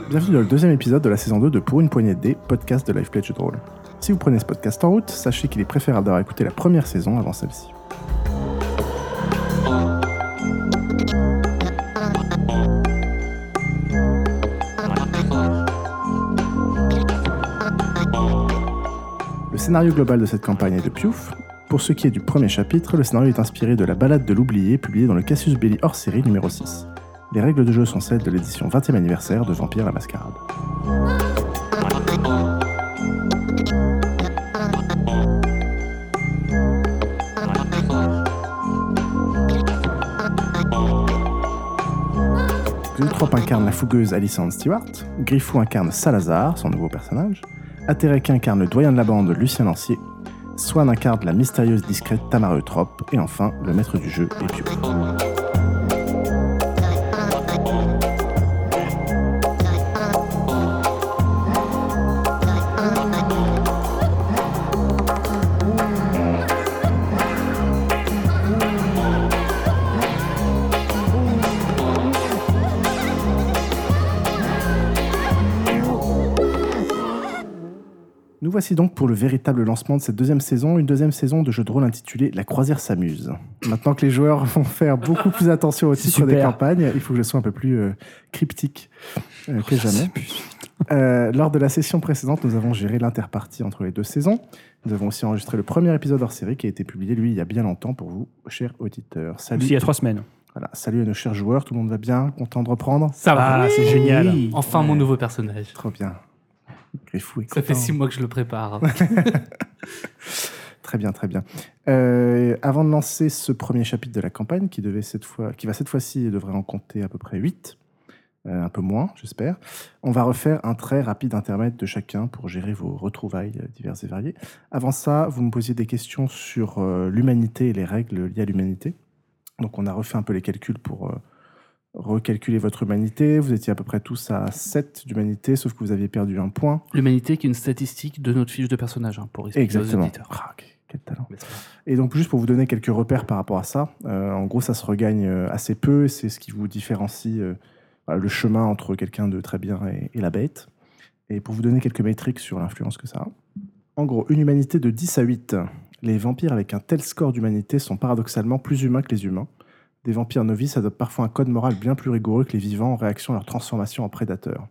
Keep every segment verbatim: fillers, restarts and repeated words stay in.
Bienvenue dans le deuxième épisode de la saison deux de Pour une poignée de dés, podcast de Life Play Jeux de rôle. Si vous prenez ce podcast en route, sachez qu'il est préférable d'avoir écouté la première saison avant celle-ci. Le scénario global de cette campagne est de Piouf. Pour ce qui est du premier chapitre, le scénario est inspiré de La Balade de l'oublié, publié dans le Cassius Belli hors série numéro six. Les règles de jeu sont celles de l'édition vingtième anniversaire de Vampire la Mascarade. Zoetrope incarne la fougueuse Alicent Stewart, Griffou incarne Salazar, son nouveau personnage, Atterek incarne le doyen de la bande Lucien Lancier, Swan incarne la mystérieuse discrète Tamara Eutrope, et enfin, le maître du jeu est Pio. Nous voici donc pour le véritable lancement de cette deuxième saison, une deuxième saison de jeu de rôle intitulée La Croisière s'amuse. Maintenant que les joueurs vont faire beaucoup plus attention au titre des campagnes, il faut que je sois un peu plus euh, cryptique euh, que jamais. Euh, lors de la session précédente, nous avons géré l'interpartie entre les deux saisons. Nous avons aussi enregistré le premier épisode hors série qui a été publié, lui, il y a bien longtemps pour vous, chers auditeurs. Salut. Il y a trois semaines. Voilà, salut à nos chers joueurs, tout le monde va bien, content de reprendre? Ça va, oui, c'est génial. Oui. Enfin, ouais. Mon nouveau personnage. Trop bien. Griffou, ça fait six mois que je le prépare. Très bien, très bien. Euh, avant de lancer ce premier chapitre de la campagne, qui, devait cette fois, qui va cette fois-ci devrait en compter à peu près huit, euh, un peu moins, j'espère, on va refaire un très rapide intermède de chacun pour gérer vos retrouvailles diverses et variées. Avant ça, vous me posiez des questions sur euh, l'humanité et les règles liées à l'humanité. Donc on a refait un peu les calculs pour... Euh, recalculer votre humanité, vous étiez à peu près tous à sept d'humanité, sauf que vous aviez perdu un point. L'humanité qui est une statistique de notre fiche de personnage, hein, pour expliquer aux auditeurs. Ah, okay. Quel talent. Et donc, juste pour vous donner quelques repères par rapport à ça, euh, en gros, ça se regagne assez peu, c'est ce qui vous différencie euh, le chemin entre quelqu'un de très bien et, et la bête. Et pour vous donner quelques métriques sur l'influence que ça a. En gros, une humanité de dix à huit. Les vampires avec un tel score d'humanité sont paradoxalement plus humains que les humains. Des vampires novices adoptent parfois un code moral bien plus rigoureux que les vivants en réaction à leur transformation en prédateurs.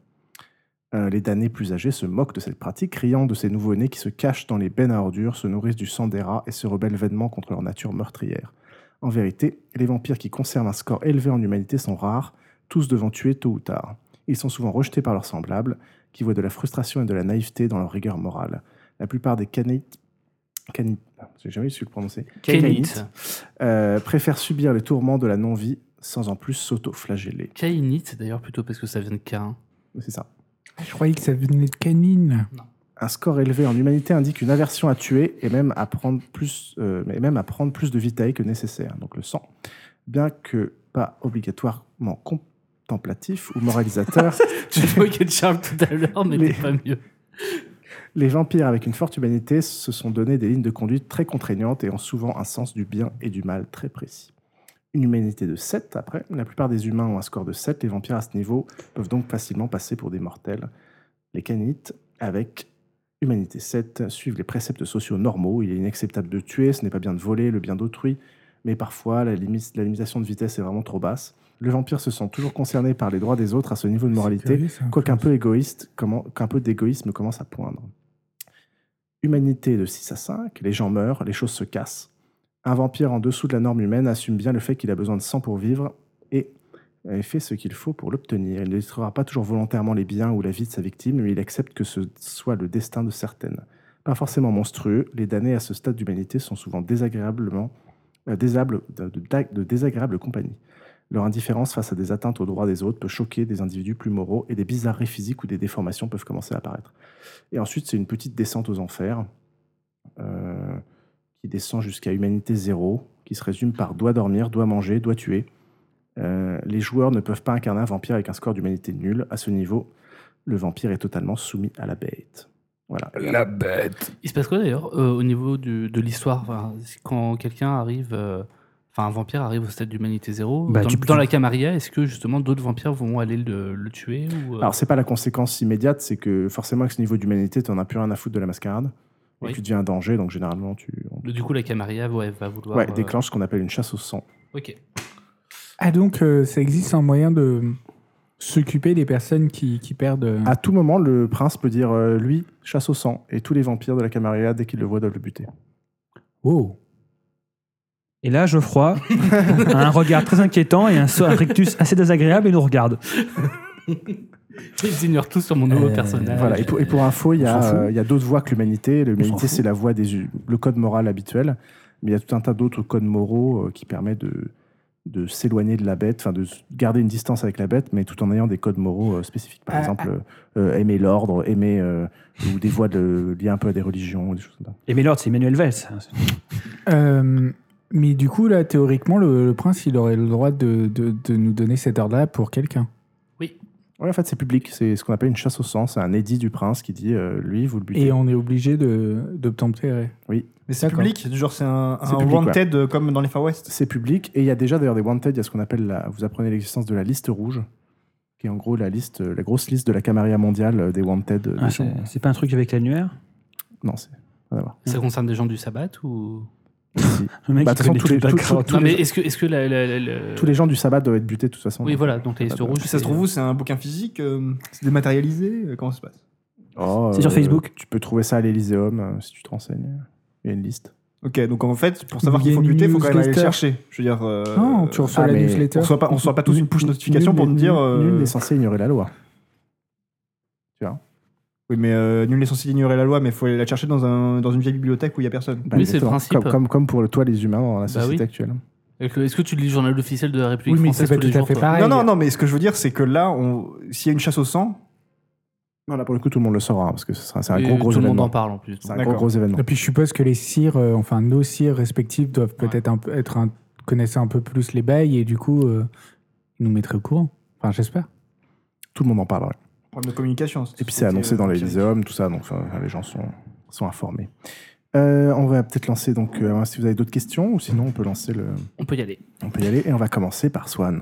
Euh, les damnés plus âgés se moquent de cette pratique, riant de ces nouveaux-nés qui se cachent dans les bennes à ordures, se nourrissent du sang des rats et se rebellent vainement contre leur nature meurtrière. En vérité, les vampires qui conservent un score élevé en humanité sont rares, tous devant tuer tôt ou tard. Ils sont souvent rejetés par leurs semblables, qui voient de la frustration et de la naïveté dans leur rigueur morale. La plupart des canites Canite, j'ai jamais su le prononcer. Canite. Euh, préfèrent subir les tourments de la non-vie sans en plus s'auto-flageller. Canite, d'ailleurs, plutôt parce que ça vient de Cain. C'est ça. Je croyais que ça venait de canine. Non. Un score élevé en humanité indique une aversion à tuer et même à prendre plus, euh, mais même à prendre plus de vitae que nécessaire, donc le sang. Bien que pas obligatoirement contemplatif ou moralisateur. Tu évoquais Charles tout à l'heure, mais les... t'es pas mieux. Les vampires avec une forte humanité se sont donné des lignes de conduite très contraignantes et ont souvent un sens du bien et du mal très précis. Une humanité de sept, après, la plupart des humains ont un score de sept, les vampires à ce niveau peuvent donc facilement passer pour des mortels. Les canites, avec humanité sept, suivent les préceptes sociaux normaux. Il est inacceptable de tuer, ce n'est pas bien de voler le bien d'autrui, mais parfois la, limite, la limitation de vitesse est vraiment trop basse. Le vampire se sent toujours concerné par les droits des autres à ce niveau de moralité, quoiqu'un peu égoïste, comment, qu'un peu d'égoïsme commence à poindre. Humanité de six à cinq, les gens meurent, les choses se cassent. Un vampire en dessous de la norme humaine assume bien le fait qu'il a besoin de sang pour vivre et fait ce qu'il faut pour l'obtenir. Il ne détruira pas toujours volontairement les biens ou la vie de sa victime, mais il accepte que ce soit le destin de certaines. Pas forcément monstrueux, les damnés à ce stade d'humanité sont souvent désagréablement, euh, désables, de, de, de désagréables compagnies. Leur indifférence face à des atteintes aux droits des autres peut choquer des individus plus moraux et des bizarreries physiques ou des déformations peuvent commencer à apparaître. Et ensuite, c'est une petite descente aux enfers euh, qui descend jusqu'à humanité zéro, qui se résume par doit dormir, doit manger, doit tuer. Euh, les joueurs ne peuvent pas incarner un vampire avec un score d'humanité nul. À ce niveau, le vampire est totalement soumis à la bête. Voilà. La bête. Il se passe quoi d'ailleurs euh, au niveau du, de l'histoire, enfin, quand quelqu'un arrive... Euh... Enfin, un vampire arrive au stade d'humanité zéro. Bah, dans tu- dans tu- la Camarilla, est-ce que justement d'autres vampires vont aller le, le tuer ou, euh, Alors, c'est pas la conséquence immédiate, c'est que forcément, avec ce niveau d'humanité, t'en as plus rien à foutre de la mascarade. Oui. Et tu deviens un danger, donc généralement, tu Du coup, la Camarilla ouais, va vouloir. ouais, euh, déclenche ce qu'on appelle une chasse au sang. Ok. Ah, donc euh, ça existe un moyen de s'occuper des personnes qui, qui perdent. euh, À tout moment, le prince peut dire euh, lui, chasse au sang. Et tous les vampires de la Camarilla, dès qu'ils le voient, doivent le buter. Oh. Et là, Geoffroy a un regard très inquiétant et un, so- un rictus assez désagréable et nous regarde. Ils ignorent tout sur mon nouveau Euh, personnage. Voilà. Et pour, et pour info, il y On s'en a, fout. euh, il y a d'autres voies que l'humanité. s'en L'humanité, fout. c'est la voie des hu- le code moral habituel. Mais il y a tout un tas d'autres codes moraux euh, qui permettent de, de s'éloigner de la bête, enfin de s- garder une distance avec la bête, mais tout en ayant des codes moraux euh, spécifiques. Par Ah, exemple, euh, aimer l'ordre, aimer euh, ou des voies de, liées un peu à des religions, ou des choses comme ça. Et Mélord, c'est Emmanuel Valls. Euh, mais du coup, là, théoriquement, le, le prince, il aurait le droit de, de, de nous donner cet ordre-là pour quelqu'un. Oui, en fait, c'est public. C'est ce qu'on appelle une chasse au sang. C'est un édit du prince qui dit euh, lui, vous le butez. Et on est obligé de, d'obtempérer. Oui, Mais c'est D'accord. public, genre c'est un, C'est un public, wanted euh, comme dans les Far West. c'est public. Et il y a déjà d'ailleurs des wanted. Il y a ce qu'on appelle la. Vous apprenez l'existence de la liste rouge, qui est en gros la liste, la grosse liste de la Camarilla mondiale euh, des wanted. euh, Ah, des c'est, gens- c'est pas un truc avec l'annuaire Non, c'est. rien à voir. Ça concerne des gens du sabbat ou. Si. Le mec Bah, qui de toute façon, connaît tous tout les- le tous- background. tous- Non, mais les- est-ce que, est-ce que la, la- la- la- Tous les gens du sabbat doivent être butés de toute façon. Oui, donc, voilà, euh, donc la liste pas de- rouge. Puis ça se c'est- trouve où c'est un bouquin physique, euh, c'est dématérialisé, euh, comment ça se passe? Oh, C'est sur Facebook. Tu peux trouver ça à l'Elyséum euh, si tu te renseignes. Il y a une liste. Ok, donc en fait, pour savoir Il y qu'il a faut une buter, il faut quand même aller le newsletter. chercher. Je veux dire, euh, Non, tu reçois ah, la mais newsletter. on reçoit pas, on reçoit pas tous une push notification Nul pour n'est- nous dire. nul- euh, Nul n'est censé ignorer la loi. Oui, mais euh, nul n'est censé ignorer la loi, mais il faut aller la chercher dans, un, dans une vieille bibliothèque où il y a personne. Bah, Oui, c'est le exactement. principe. Comme, comme, comme pour le toi, les humains dans la Bah société oui. actuelle. Est-ce que- est-ce que tu lis le journal officiel de la République Oui, mais française c'est pas tous les tout à jours, fait toi pareil. Non, non, non, mais ce que je veux dire, c'est que là, on... s'il y a une chasse au sang, Non, là, pour le coup, tout le monde le saura, hein, parce que ce sera- c'est un Et gros, gros tout le monde événement. en parle en plus. C'est un donc. gros, D'accord. gros événement. Et puis je suppose que les cires, euh, enfin nos cires respectifs doivent Ouais. peut-être un peu être un, connaissent un peu plus les bails et du coup euh, ils nous mettraient au courant. Enfin j'espère. Tout le monde en parle, ouais. problème de communication. Et puis c'est annoncé dans l'Elyséum, tout ça, donc enfin, les gens sont, sont informés. Euh, on va peut-être lancer, donc, euh, si vous avez d'autres questions, ou sinon on peut lancer le. On peut y aller. On peut y aller, et on va commencer par Swan.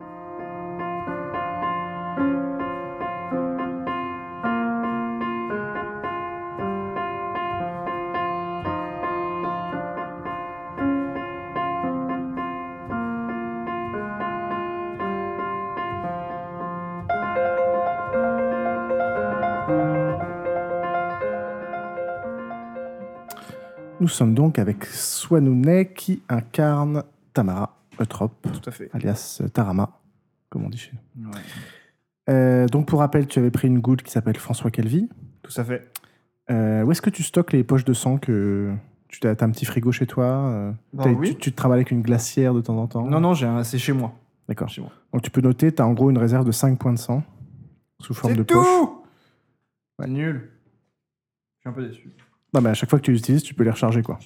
Nous sommes donc avec Swanounet qui incarne Tamara Eutrope, Tout à fait. alias Tarama, comme on dit chez nous. Ouais. Euh, donc pour rappel, tu avais pris une goutte qui s'appelle François Calvi. Tout à fait. Euh, où est-ce que tu stockes les poches de sang que tu as, t'as un petit frigo chez toi euh, Bah t'as- oui. tu, tu te travailles avec une glacière de temps en temps? Non, non, j'ai un... c'est chez moi. D'accord. Chez moi. Donc tu peux noter, tu as en gros une réserve de cinq points de sang sous forme de C'est poche. tout Ouais, nul. Je suis un peu déçu. Non, mais à chaque fois que tu les utilises, tu peux les recharger, quoi.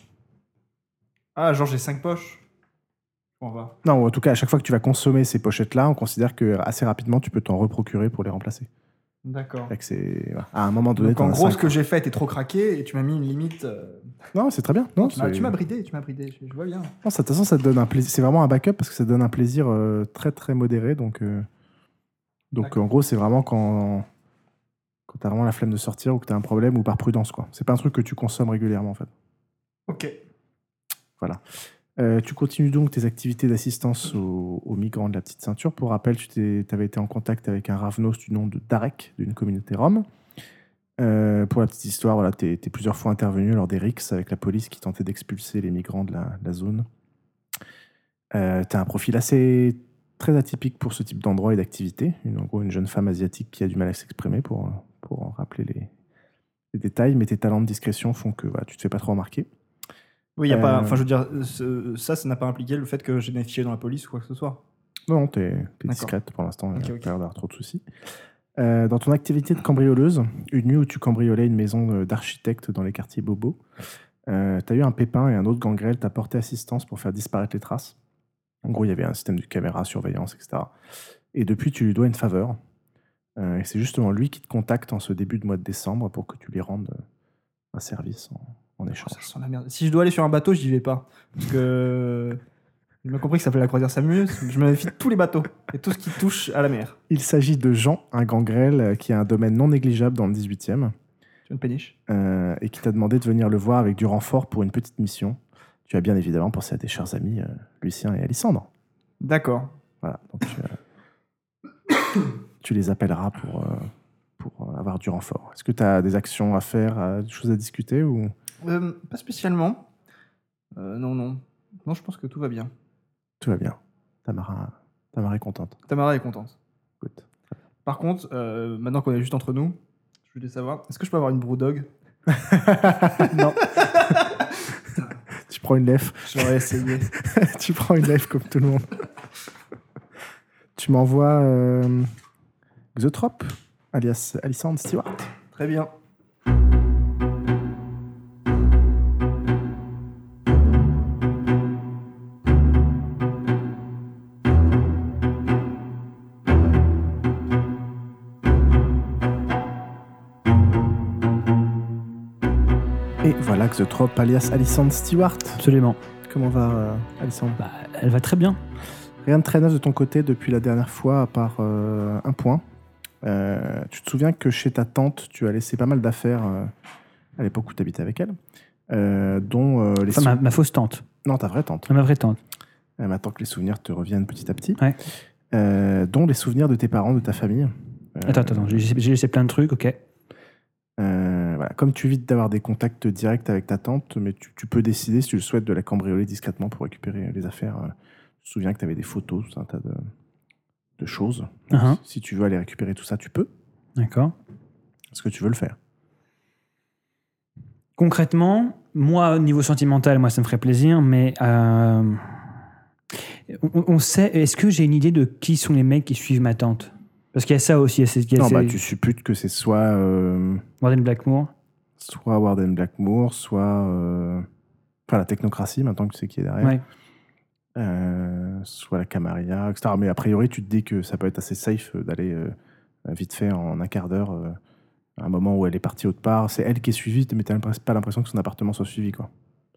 Ah, genre j'ai cinq poches. On va. Non, en tout cas, à chaque fois que tu vas consommer ces pochettes-là, on considère que assez rapidement, tu peux t'en reprocurer pour les remplacer. D'accord. Fait que c'est... voilà. À un moment donné, Donc en t'en as gros, cinq. ce que j'ai fait était trop craqué et tu m'as mis une limite. euh, Non, c'est très bien. Non, tu m'as c'est- tu m'as bridé, tu m'as bridé. Je, je vois bien. Non, ça, de toute façon, ça te donne un plaisir. C'est vraiment un backup parce que ça te donne un plaisir euh, très très modéré. Donc, euh, donc D'accord. en gros, c'est vraiment quand, quand tu as vraiment la flemme de sortir ou que tu as un problème ou par prudence, quoi. C'est pas un truc que tu consommes régulièrement, en fait. Ok. Euh, tu continues donc tes activités d'assistance aux, aux migrants de la petite ceinture. Pour rappel, tu avais été en contact avec un Ravnos du nom de Darek, d'une communauté rome. Euh, pour la petite histoire, voilà, tu es plusieurs fois intervenu lors des rixes avec la police qui tentait d'expulser les migrants de la, de la zone. Euh, tu as un profil assez très atypique pour ce type d'endroit et d'activité. Une, en gros, une jeune femme asiatique qui a du mal à s'exprimer pour, pour en rappeler les, les détails, mais tes talents de discrétion font que voilà, tu te fais pas trop remarquer. Oui, y a pas. Euh, Enfin, je veux dire, ce- ça, ça n'a pas impliqué le fait que j'ai des fichiers dans la police ou quoi que ce soit. Non, tu es, D'accord. discrète pour l'instant, il n'y a Ok, ok. pas l'air d'avoir trop de soucis. Euh, dans ton activité de cambrioleuse, une nuit où tu cambriolais une maison euh, d'architecte dans les quartiers Bobo, euh, tu as eu un pépin et un autre gangrel t'a porté assistance pour faire disparaître les traces. En gros, il y avait un système de caméra, surveillance, et cetera. Et depuis, tu lui dois une faveur. Euh, et c'est justement lui qui te contacte en ce début de mois de décembre pour que tu lui rendes euh, un service en, en échange. Ça sent la merde. Si je dois aller sur un bateau, j'y vais pas. Parce que. J'ai bien compris que ça s'appelait la croisière Samus. Je me méfie de tous les bateaux et tout ce qui touche à la mer. Il s'agit de Jean, un gangrel euh, qui a un domaine non négligeable dans le dix-huitième Tu veux une péniche? euh, et qui t'a demandé de venir le voir avec du renfort pour une petite mission. Tu as bien évidemment pensé à tes chers amis euh, Lucien et Alissandre. D'accord. Voilà, donc tu, euh, tu les appelleras pour, euh, pour avoir du renfort. Est-ce que tu as des actions à faire, euh, des choses à discuter ou... Euh, pas spécialement. Euh, non, non. Non, je pense que tout va bien. Tout va bien. Tamara, Tamara est contente. Tamara est contente. Good. Par contre, euh, maintenant qu'on est juste entre nous, je voulais savoir, est-ce que je peux avoir une Brewdog? Non. Tu prends une lèvre. J'aurais essayé. Tu prends une lèvre comme tout le monde. Tu m'envoies euh, Xotrop, alias Alissandre Stewart. Très bien. Et voilà Xotrop, alias Alissandre Stewart. Absolument. Comment va euh, Alissandre? Bah, elle va très bien. Rien de très neuf de ton côté depuis la dernière fois, à part euh, un point. Euh, tu te souviens que chez ta tante, tu as laissé pas mal d'affaires euh, à l'époque où tu habitais avec elle, euh, dont euh, les Enfin, sou- ma, ma fausse tante. Non, ta vraie tante. Ma vraie tante. Euh, maintenant que les souvenirs te reviennent petit à petit. Ouais. Euh, dont les souvenirs de tes parents, de ta famille. Euh, Attends, attends, attends, j'ai j'ai laissé plein de trucs, ok. Euh, voilà. Comme tu évites d'avoir des contacts directs avec ta tante, mais tu, tu peux décider, si tu le souhaites, de la cambrioler discrètement pour récupérer les affaires. Euh, Je me souviens que tu avais des photos, tout un tas de, de choses. Donc, Uh-huh. si, si tu veux aller récupérer tout ça, tu peux. D'accord. Est-ce que tu veux le faire? Concrètement, moi, au niveau sentimental, moi, ça me ferait plaisir, mais euh, on, on sait. Est-ce que j'ai une idée de qui sont les mecs qui suivent ma tante? Parce qu'il y a ça aussi. Il y a ces- il y a Non, ces- bah, tu supputes que c'est soit, euh, Warden Blackmore. soit Warden Blackmore, soit euh, enfin, la technocratie, maintenant que tu sais qui est derrière. Ouais. Euh, soit la Camarilla, et cetera. Mais a priori, tu te dis que ça peut être assez safe euh, d'aller euh, vite fait en un quart d'heure euh, à un moment où elle est partie autre part. C'est elle qui est suivie, mais tu n'as pas l'impression que son appartement soit suivi, quoi.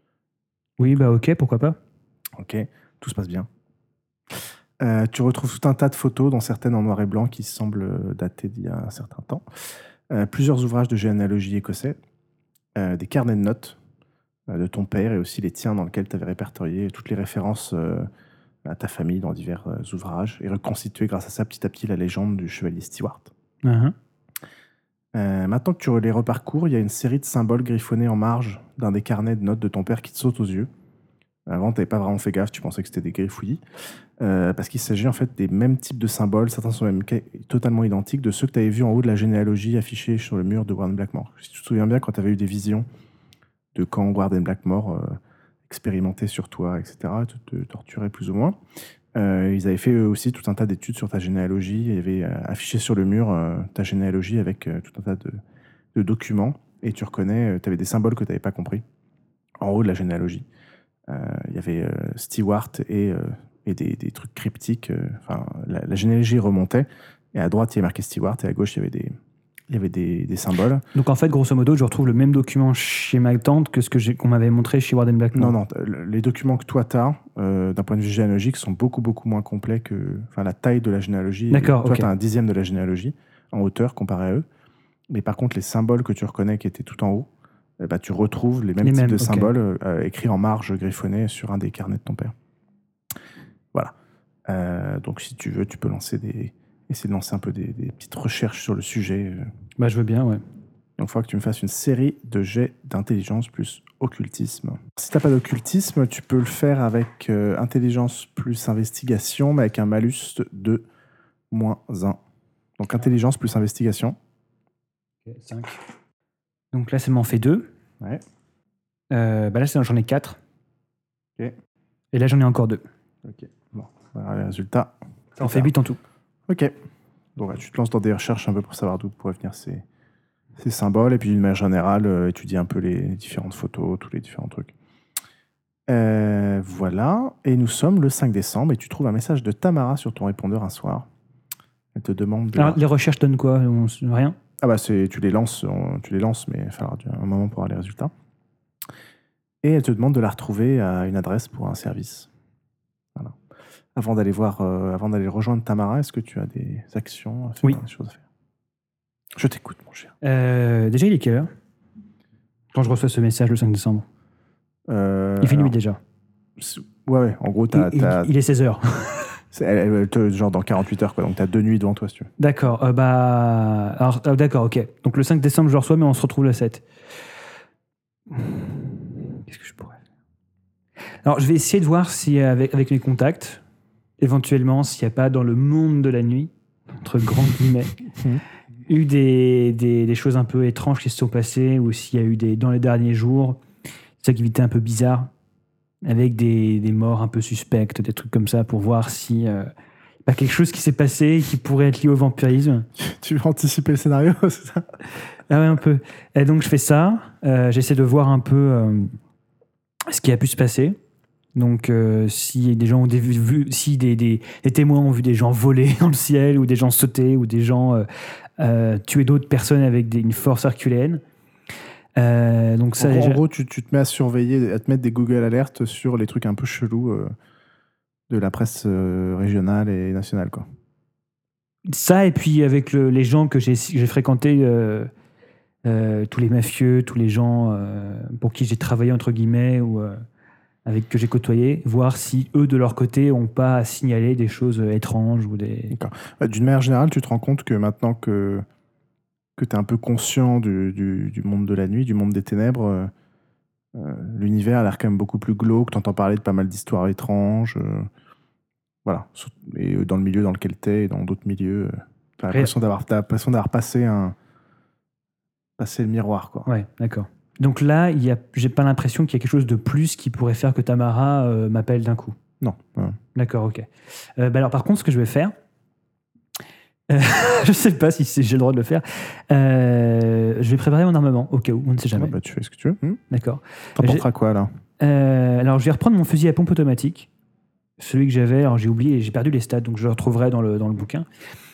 Oui, bah ok, pourquoi pas. Ok, tout se passe bien. Euh, tu retrouves tout un tas de photos, dont certaines en noir et blanc qui semblent dater d'il y a un certain temps. Euh, plusieurs ouvrages de généalogie écossais, euh, des carnets de notes euh, de ton père et aussi les tiens dans lesquels tu avais répertorié toutes les références euh, à ta famille dans divers euh, ouvrages et reconstitué grâce à ça petit à petit la légende du chevalier Stewart. Uh-huh. Euh, maintenant que tu les reparcours, il y a une série de symboles griffonnés en marge d'un des carnets de notes de ton père qui te saute aux yeux. Avant, tu n'avais pas vraiment fait gaffe, tu pensais que c'était des griffouillis. Euh, parce qu'il s'agit en fait des mêmes types de symboles, certains sont même ca- totalement identiques, de ceux que tu avais vus en haut de la généalogie affichée sur le mur de Warden Blackmore. Si tu te souviens bien, quand tu avais eu des visions de quand Warden Blackmore euh, expérimentait sur toi, et cetera, te, te torturait plus ou moins, euh, ils avaient fait eux aussi tout un tas d'études sur ta généalogie, et avaient euh, affiché sur le mur euh, ta généalogie avec euh, tout un tas de, de documents, et tu reconnais, tu avais des symboles que tu n'avais pas compris en haut de la généalogie. Il euh, y avait euh, Stewart et, euh, et des, des trucs cryptiques. euh, Enfin, la, la généalogie remontait, et à droite, il y avait marqué Stewart, et à gauche, il y avait des, il y avait des, des symboles. Donc en fait, grosso modo, je retrouve le même document chez ma tante que ce que j'ai- qu'on m'avait montré chez Warden Blackmore. Non, non, t- le- les documents que toi, tu as, euh, d'un point de vue généalogique, sont beaucoup, beaucoup moins complets que... Enfin, la taille de la généalogie. D'accord, Toi, ok. tu as un dixième de la généalogie en hauteur comparé à eux. Mais par contre, les symboles que tu reconnais qui étaient tout en haut, eh ben, tu retrouves les mêmes Les types mêmes, de ok. symboles euh, écrits en marge griffonnée sur un des carnets de ton père. Voilà. Euh, donc, si tu veux, tu peux lancer des... essayer de lancer un peu des, des petites recherches sur le sujet. euh. Bah je veux bien, ouais. Donc, il faudra que tu me fasses une série de jets d'intelligence plus occultisme. Si tu n'as pas d'occultisme, tu peux le faire avec euh, intelligence plus investigation, mais avec un malus de moins un. Donc, intelligence plus investigation. cinq. Donc là, ça m'en fait deux. Ouais. Euh, bah là, c'est- j'en ai quatre. Ok. Et là, j'en ai encore deux. Ok. Bon, voilà les résultats. Ça en fait huit en tout. Ok. Donc, là, tu te lances dans des recherches un peu pour savoir d'où pourraient venir ces, ces symboles. Et puis, d'une manière générale, euh, étudier un peu les différentes photos, tous les différents trucs. Euh, voilà. Et nous sommes le cinq décembre et tu trouves un message de Tamara sur ton répondeur un soir. Elle te demande de... Alors, les recherches donnent quoi? On s- Rien? Ah bah c'est, tu les lances, on- tu les lances, mais il va falloir du- un moment pour avoir les résultats. Et elle te demande de la retrouver à une adresse pour un service. Avant d'aller voir, euh, avant d'aller rejoindre Tamara, est-ce que tu as des actions à faire, Oui. des choses à faire? Je t'écoute, mon cher. Euh, déjà, il est quelle heure quand je reçois ce message le cinq décembre? Euh, Il fait nuit alors, déjà. c'est- Ouais, ouais, en gros, t'as, Il, t'as- il- il est seize heures. c'est- elle- elle te- genre dans quarante-huit heures, quoi. Donc t'as deux nuits devant toi, si tu veux. D'accord. euh, bah, alors, euh, d'accord, ok. Donc le cinq décembre, je le reçois, mais on se retrouve le sept. Qu'est-ce que je pourrais faire? Alors, je vais essayer de voir si, avec, avec mes contacts, éventuellement, s'il n'y a pas dans le monde de la nuit, entre grands guillemets, Mhm. eu des, des, des choses un peu étranges qui se sont passées, ou s'il y a eu des, dans les derniers jours, des activités un peu bizarres, avec des, des morts un peu suspectes, des trucs comme ça, pour voir si euh, pas quelque chose qui s'est passé qui pourrait être lié au vampirisme. Tu veux anticiper le scénario, c'est ça? Ah ouais, un peu. Et donc je fais ça, euh, j'essaie de voir un peu euh, ce qui a pu se passer. Donc euh, si des gens ont des, vu, si des, des, des témoins ont vu des gens voler dans le ciel, ou des gens sauter, ou des gens euh, euh, tuer d'autres personnes avec des, une force herculéenne. Euh, donc ça, en, déjà- en gros, tu, tu te mets à surveiller, à te mettre des Google Alerts sur les trucs un peu chelous euh, de la presse euh, régionale et nationale, quoi. ça, et puis avec le- les gens que j'ai j'ai fréquentés, euh, euh, tous les mafieux, tous les gens euh, pour qui j'ai travaillé, entre guillemets, ou euh, avec que j'ai côtoyé, voir si eux, de leur côté, n'ont pas signalé des choses euh, étranges ou des... Bah, d'une manière générale, tu te rends compte que maintenant que, que tu es un peu conscient du, du, du monde de la nuit, du monde des ténèbres, euh, euh, l'univers a l'air quand même beaucoup plus glauque. Tu entends parler de pas mal d'histoires étranges. euh, voilà. Et dans le milieu dans lequel tu es et dans d'autres milieux, tu as l'impression d'avoir, t'as l'impression d'avoir passé, un, passé le miroir, quoi. Ouais, d'accord. Donc là, il y a, j'ai pas l'impression qu'il y a quelque chose de plus qui pourrait faire que Tamara euh, m'appelle d'un coup. Non. euh, D'accord, ok. Euh, bah alors, par contre, ce que je vais faire, euh, je sais pas si c'est- j'ai le droit de le faire, euh, je vais préparer mon armement au cas où, on ne sait jamais. ouais, bah, tu fais ce que tu veux. Hmm. D'accord. T'emporteras quoi, là? Euh, alors, je vais reprendre mon fusil à pompe automatique, celui que j'avais. Alors, j'ai oublié, j'ai perdu les stats, donc je le retrouverai dans le, dans le bouquin.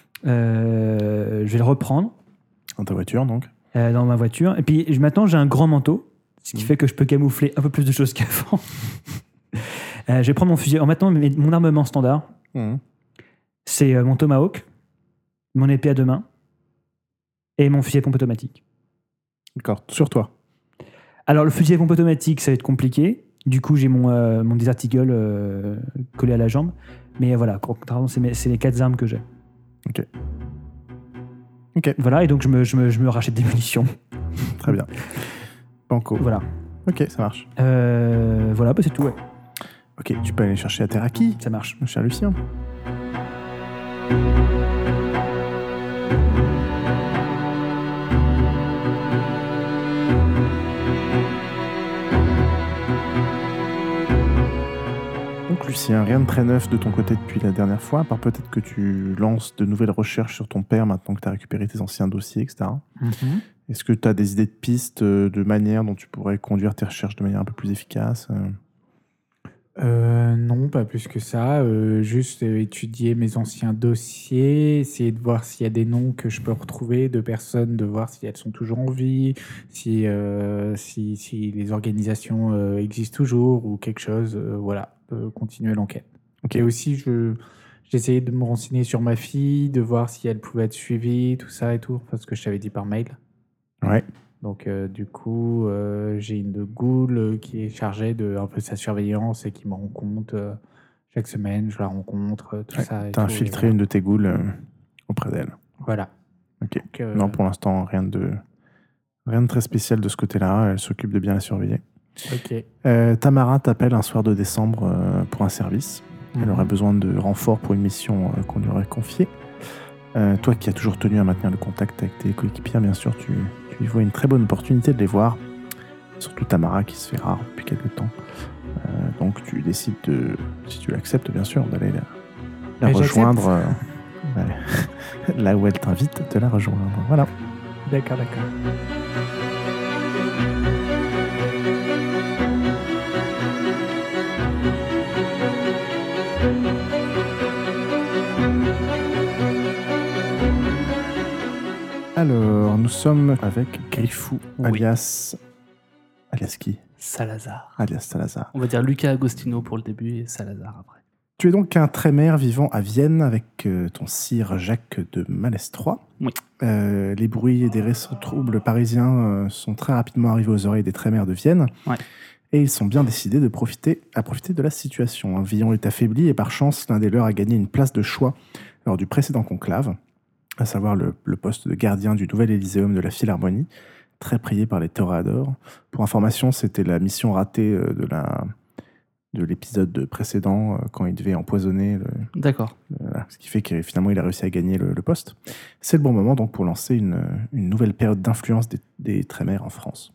Euh, je vais le reprendre Dans ta voiture, donc. euh, dans ma voiture. Et puis, je- maintenant, j'ai un grand manteau, ce qui Mhm. fait que je peux camoufler un peu plus de choses qu'avant. Euh, je vais prendre mon fusil. Alors, maintenant, mes- mon armement standard, Hmm. c'est euh, mon Tomahawk, mon épée à deux mains et mon fusil à pompe automatique. D'accord. Sur toi. Alors, le fusil à pompe automatique, ça va être compliqué. Du coup, j'ai mon, euh, mon Desert Eagle euh, collé à la jambe. Mais voilà, contrairement, c'est mes- c'est les quatre armes que j'ai. Ok. Ok. Voilà, et donc je me, je me, je me rachète des munitions. Très bien. Banco. Voilà. Ok, ça marche. Euh, voilà, bah, c'est tout, ouais. Ok, tu peux aller chercher la Terraki, Ça marche. mon cher Lucien. Donc Lucien, rien de très neuf de ton côté depuis la dernière fois, à part peut-être que tu lances de nouvelles recherches sur ton père maintenant que tu as récupéré tes anciens dossiers, et cetera. Est-ce que tu as des idées de pistes, euh, de manière dont tu pourrais conduire tes recherches de manière un peu plus efficace euh Euh, non, pas plus que ça. Euh, juste euh, étudier mes anciens dossiers, essayer de voir s'il y a des noms que je peux retrouver de personnes, de voir si elles sont toujours en vie, si, euh, si, si les organisations euh, existent toujours ou quelque chose. euh, voilà, euh, continuer l'enquête. Ok. Et aussi, je, j'essayais de me renseigner sur ma fille, de voir si elle pouvait être suivie, tout ça et tout, parce que je t'avais dit par mail. Ouais. Donc, euh, du coup, euh, j'ai une goule euh, qui est chargée de un peu sa surveillance et qui me rend compte euh, chaque semaine, je la rencontre, euh, tout Ouais, ça. et T'as tout, et infiltré voilà. une de tes goules euh, auprès d'elle. Voilà. Ok. Donc, euh, Non, pour l'instant, rien de, rien de très spécial de ce côté-là. Elle s'occupe de bien la surveiller. ok. Euh, Tamara t'appelle un soir de décembre euh, pour un service. Elle Mhm. aurait besoin de renfort pour une mission euh, qu'on lui aurait confiée. Euh, toi qui as toujours tenu à maintenir le contact avec tes coéquipiers, bien sûr, tu, tu y vois une très bonne opportunité de les voir. Surtout Tamara qui se fait rare depuis quelques temps. Euh, donc tu décides, de, si tu l'acceptes bien sûr, d'aller la, la Mais rejoindre euh, ouais, là où elle t'invite de la rejoindre. Voilà. D'accord, d'accord. Alors, nous sommes avec Griffou, Oui. alias... Alias qui Salazar. Alias Salazar. On va dire Luca Agostino pour le début et Salazar après. Tu es donc un trémère vivant à Vienne avec euh, ton sire Jacques de Malestroit. Oui. Euh, les bruits des récents troubles parisiens euh, sont très rapidement arrivés aux oreilles des trémères de Vienne. Ouais. Et ils sont bien décidés de profiter, à profiter de la situation. Hein. Villon est affaibli et par chance, l'un des leurs a gagné une place de choix lors du précédent conclave, à savoir le, le poste de gardien du nouvel Élyséeum de la Philharmonie, très prié par les toréadors. Pour information, c'était la mission ratée euh, de la... de l'épisode précédent, euh, quand il devait empoisonner, le, D'accord. voilà, ce qui fait que finalement il a réussi à gagner le, le poste. C'est le bon moment donc pour lancer une, une nouvelle période d'influence des, des trémères en France.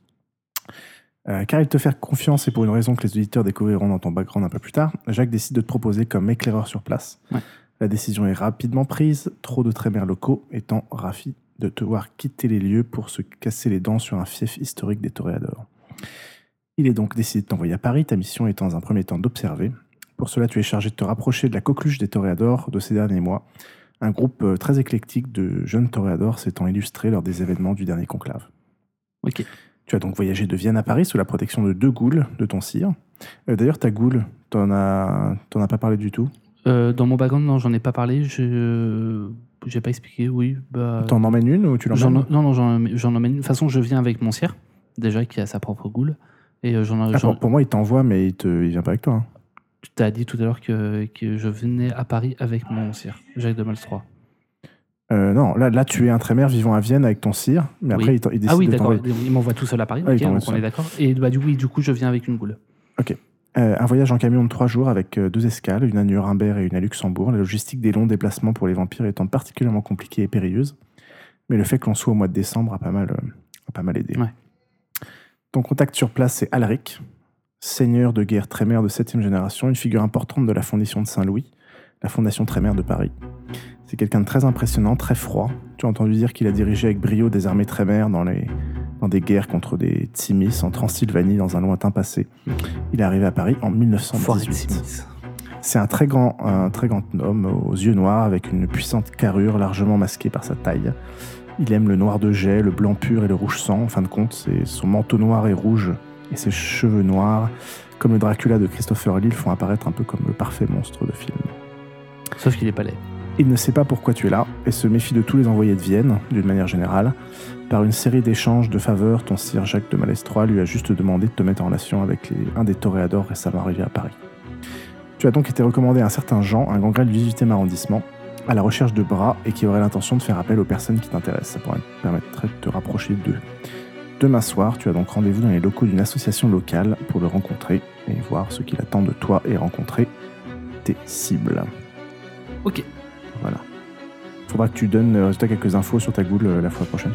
Euh, car il te fait confiance et pour une raison que les auditeurs découvriront dans ton background un peu plus tard, Jacques décide de te proposer comme éclaireur sur place. Ouais. La décision est rapidement prise, trop de trémères locaux étant ravis de te voir quitter les lieux pour se casser les dents sur un fief historique des toréadors. Il est donc décidé de t'envoyer à Paris, ta mission étant dans un premier temps d'observer. Pour cela, tu es chargé de te rapprocher de la coqueluche des toréadors de ces derniers mois, un groupe très éclectique de jeunes toréadors s'étant illustré lors des événements du dernier conclave. Ok. Tu as donc voyagé de Vienne à Paris sous la protection de deux goules de ton sire. Euh, d'ailleurs, ta goule, t'en as, t'en as pas parlé du tout. Euh, dans mon background, non, j'en ai pas parlé. Je j'ai pas expliqué, oui. Bah, T'en emmènes une ou tu j'en, l'emmènes non, non, j'en, j'en emmène une. De toute façon, je viens avec mon sire, déjà, qui a sa propre goule. Et euh, j'en, ah, j'en, pour, pour moi, il t'envoie, mais il, te, il vient pas avec toi. Hein. Tu t'as dit tout à l'heure que, que je venais à Paris avec mon sire, Jacques de Malestroit. Euh, non, là, là, tu es un trémère vivant à Vienne avec ton sire, mais après, Oui. il, t'en- il décide Ah oui, de d'accord. t'envoyer. Il m'envoie tout seul à Paris, Ah, il ok, t'envoie donc tout on est seul. d'accord. Et bah, du, oui, du coup, je viens avec une goule. Euh, un voyage en camion de trois jours avec euh, deux escales, une à Nuremberg et une à Luxembourg. La logistique des longs déplacements pour les vampires étant particulièrement compliquée et périlleuse. Mais le fait que l'on soit au mois de décembre a pas mal, euh, a pas mal aidé. Ouais. Ton contact sur place, c'est Alaric, seigneur de guerre trémère de septième génération, une figure importante de la fondation de Saint-Louis, la fondation trémère de Paris. C'est quelqu'un de très impressionnant, très froid. Tu as entendu dire qu'il a dirigé avec brio des armées trémères dans, les, dans des guerres contre des Tsimis en Transylvanie dans un lointain passé. Il est arrivé à Paris en mille neuf cent dix-huit. C'est un très grand, un très grand homme aux yeux noirs avec une puissante carrure largement masquée par sa taille. Il aime le noir de jet, le blanc pur et le rouge sang. En fin de compte, c'est son manteau noir et rouge et ses cheveux noirs, comme le Dracula de Christopher Lee, le font apparaître un peu comme le parfait monstre de film. Sauf qu'il est pas laid. Il ne sait pas pourquoi tu es là et se méfie de tous les envoyés de Vienne, d'une manière générale. Par une série d'échanges de faveurs, ton sire Jacques de Malestroit lui a juste demandé de te mettre en relation avec les, un des toréadors récemment arrivés à Paris. Tu as donc été recommandé à un certain Jean, un gangrel du dix-huitième arrondissement, à la recherche de bras et qui aurait l'intention de faire appel aux personnes qui t'intéressent. Ça pourrait te permettre de te rapprocher d'eux. Demain soir, tu as donc rendez-vous dans les locaux d'une association locale pour le rencontrer et voir ce qu'il attend de toi et rencontrer tes cibles. Ok. Voilà. Faudra que tu donnes euh, résultat quelques infos sur ta goule euh, la fois prochaine.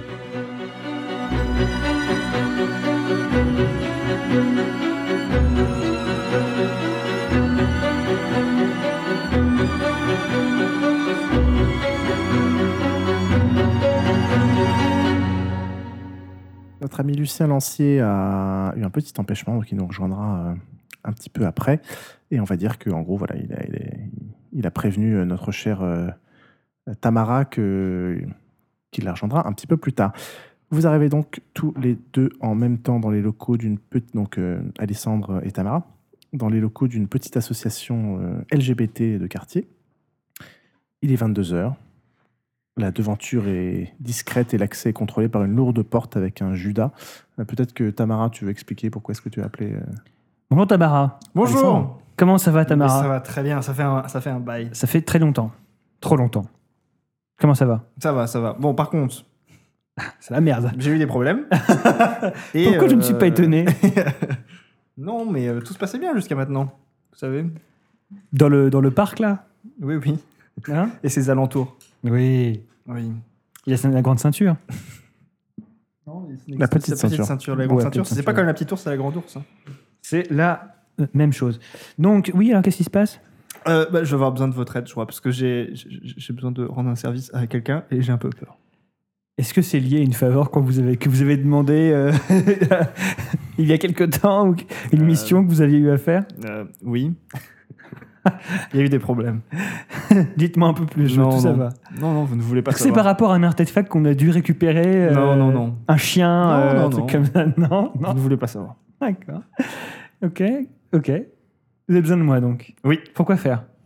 Notre ami Lucien Lancier a eu un petit empêchement, donc il nous rejoindra euh, un petit peu après. Et on va dire qu'en gros, voilà, il a, il, est, il a prévenu euh, notre chère euh, Tamara que, qu'il la rejoindra un petit peu plus tard. Vous arrivez donc tous les deux en même temps dans les locaux d'une petite, donc euh, Alessandre et Tamara, dans les locaux d'une petite association euh, L G B T de quartier. Il est vingt-deux heures. La devanture est discrète et l'accès est contrôlé par une lourde porte avec un Judas. Euh, peut-être que Tamara, tu veux expliquer pourquoi est-ce que tu as appelé euh... Bonjour Tamara. Bonjour. Alessandre. Comment ça va Tamara? Ça va très bien, ça fait un, ça fait un bail. Ça fait très longtemps. Trop longtemps. Comment ça va? Ça va, ça va. Bon, par contre, C'est la merde. j'ai eu des problèmes. Et, Pourquoi je ne euh, suis pas étonné? Non, mais euh, tout se passait bien jusqu'à maintenant. Vous savez? Dans le, dans le parc là? Oui, oui. Hein? Et ses alentours. Oui. Oui. Il y a la grande ceinture. Non, La petite c'est ceinture. ceinture. La grande Ouais, ceinture, petite c'est pas ceinture. comme la petite ours, c'est la grande ours. hein. C'est la euh, même chose. Donc, oui, alors qu'est-ce qui se passe? Euh, bah, je vais avoir besoin de votre aide, je crois, parce que j'ai j'ai- j'ai besoin de rendre un service à quelqu'un et j'ai un peu peur. Est-ce que c'est lié à une faveur qu'on vous avez, que vous avez demandé euh, il y a quelque temps ou une Euh, mission que vous aviez eu à faire? Euh, oui. Il y a eu des problèmes. Dites-moi un peu plus, je veux Non, tout non. savoir. Non, non, vous ne voulez pas Est-ce que c'est par savoir. rapport à un artefact qu'on a dû récupérer euh, Non, non, non. Un chien, Non, euh, non, un truc non. comme ça? Non, Vous non. ne voulez pas savoir. D'accord. Ok, ok. Vous avez besoin de moi donc. Oui. Pourquoi faire?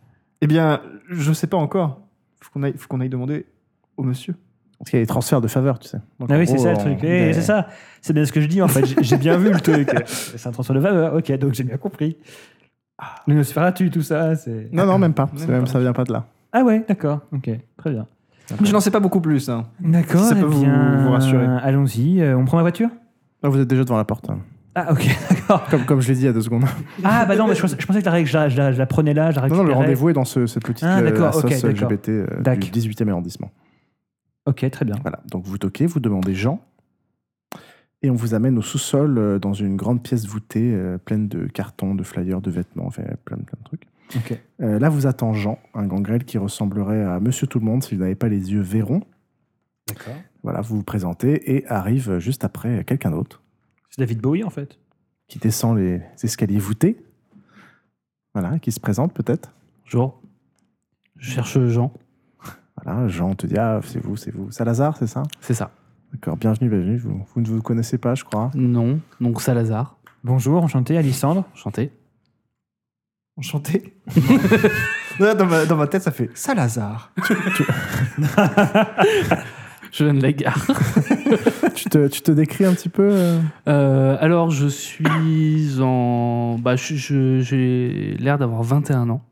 Eh bien, je sais pas encore. Faut qu'on aille, faut qu'on aille demander au monsieur. Parce qu'il y a des transferts de faveur, tu sais. Donc, Ah en oui, c'est gros, ça le on- truc. Eh, mais- C'est ça. C'est bien ce que je dis en fait. J'ai- J'ai bien vu le truc. C'est un transfert de valeur. Ok, donc j'ai bien compris. Le Nosferatu, tout ça. c'est... Non, non, même pas. Même C'est même- pas. Ça vient pas de là. Ah ouais, d'accord. Ok, très bien. Je n'en sais pas beaucoup plus. Hein. D'accord. Si ça eh peut vous- bien, vous rassurer. Allons-y. Euh, on prend la voiture Là, vous êtes déjà devant la porte. hein. Ah ok, d'accord. Comme, comme je l'ai dit il y a deux secondes. Ah bah non, mais je pensais, je pensais que la règle, je la, je la- je la prenais là, je la Non, non, récupérais. le rendez-vous est dans ce, cette petite Ah, euh, d'accord, ok, assoce d'accord. L G B T euh, Dac. du dix-huitième arrondissement. Ok, très bien. Voilà, donc vous toquez, vous demandez Jean, et on vous amène au sous-sol euh, dans une grande pièce voûtée euh, pleine de cartons, de flyers, de vêtements, enfin plein, plein de trucs. Ok. Euh, là vous attend Jean, un gangrel qui ressemblerait à Monsieur Tout-le-Monde si vous n'avez pas les yeux verrons. D'accord. Voilà, vous vous présentez et arrive juste après quelqu'un d'autre C'est David Bowie en fait. qui descend les escaliers voûtés. Voilà, qui se présente peut-être. Bonjour. Je cherche Jean. Voilà, Jean te dit ah c'est vous, c'est vous. Salazar, c'est ça? C'est ça. D'accord, bienvenue, bienvenue. Vous, vous ne vous connaissez pas, je crois. Non. Donc Salazar. Bonjour, enchanté, Alissandre. Enchanté. Enchanté. Ouais, dans, ma, dans ma tête, ça fait Salazar. Je viens de la gare. tu, te, tu te décris un petit peu euh Euh, alors, je suis en. Bah, je- je- j'ai l'air d'avoir vingt et un ans.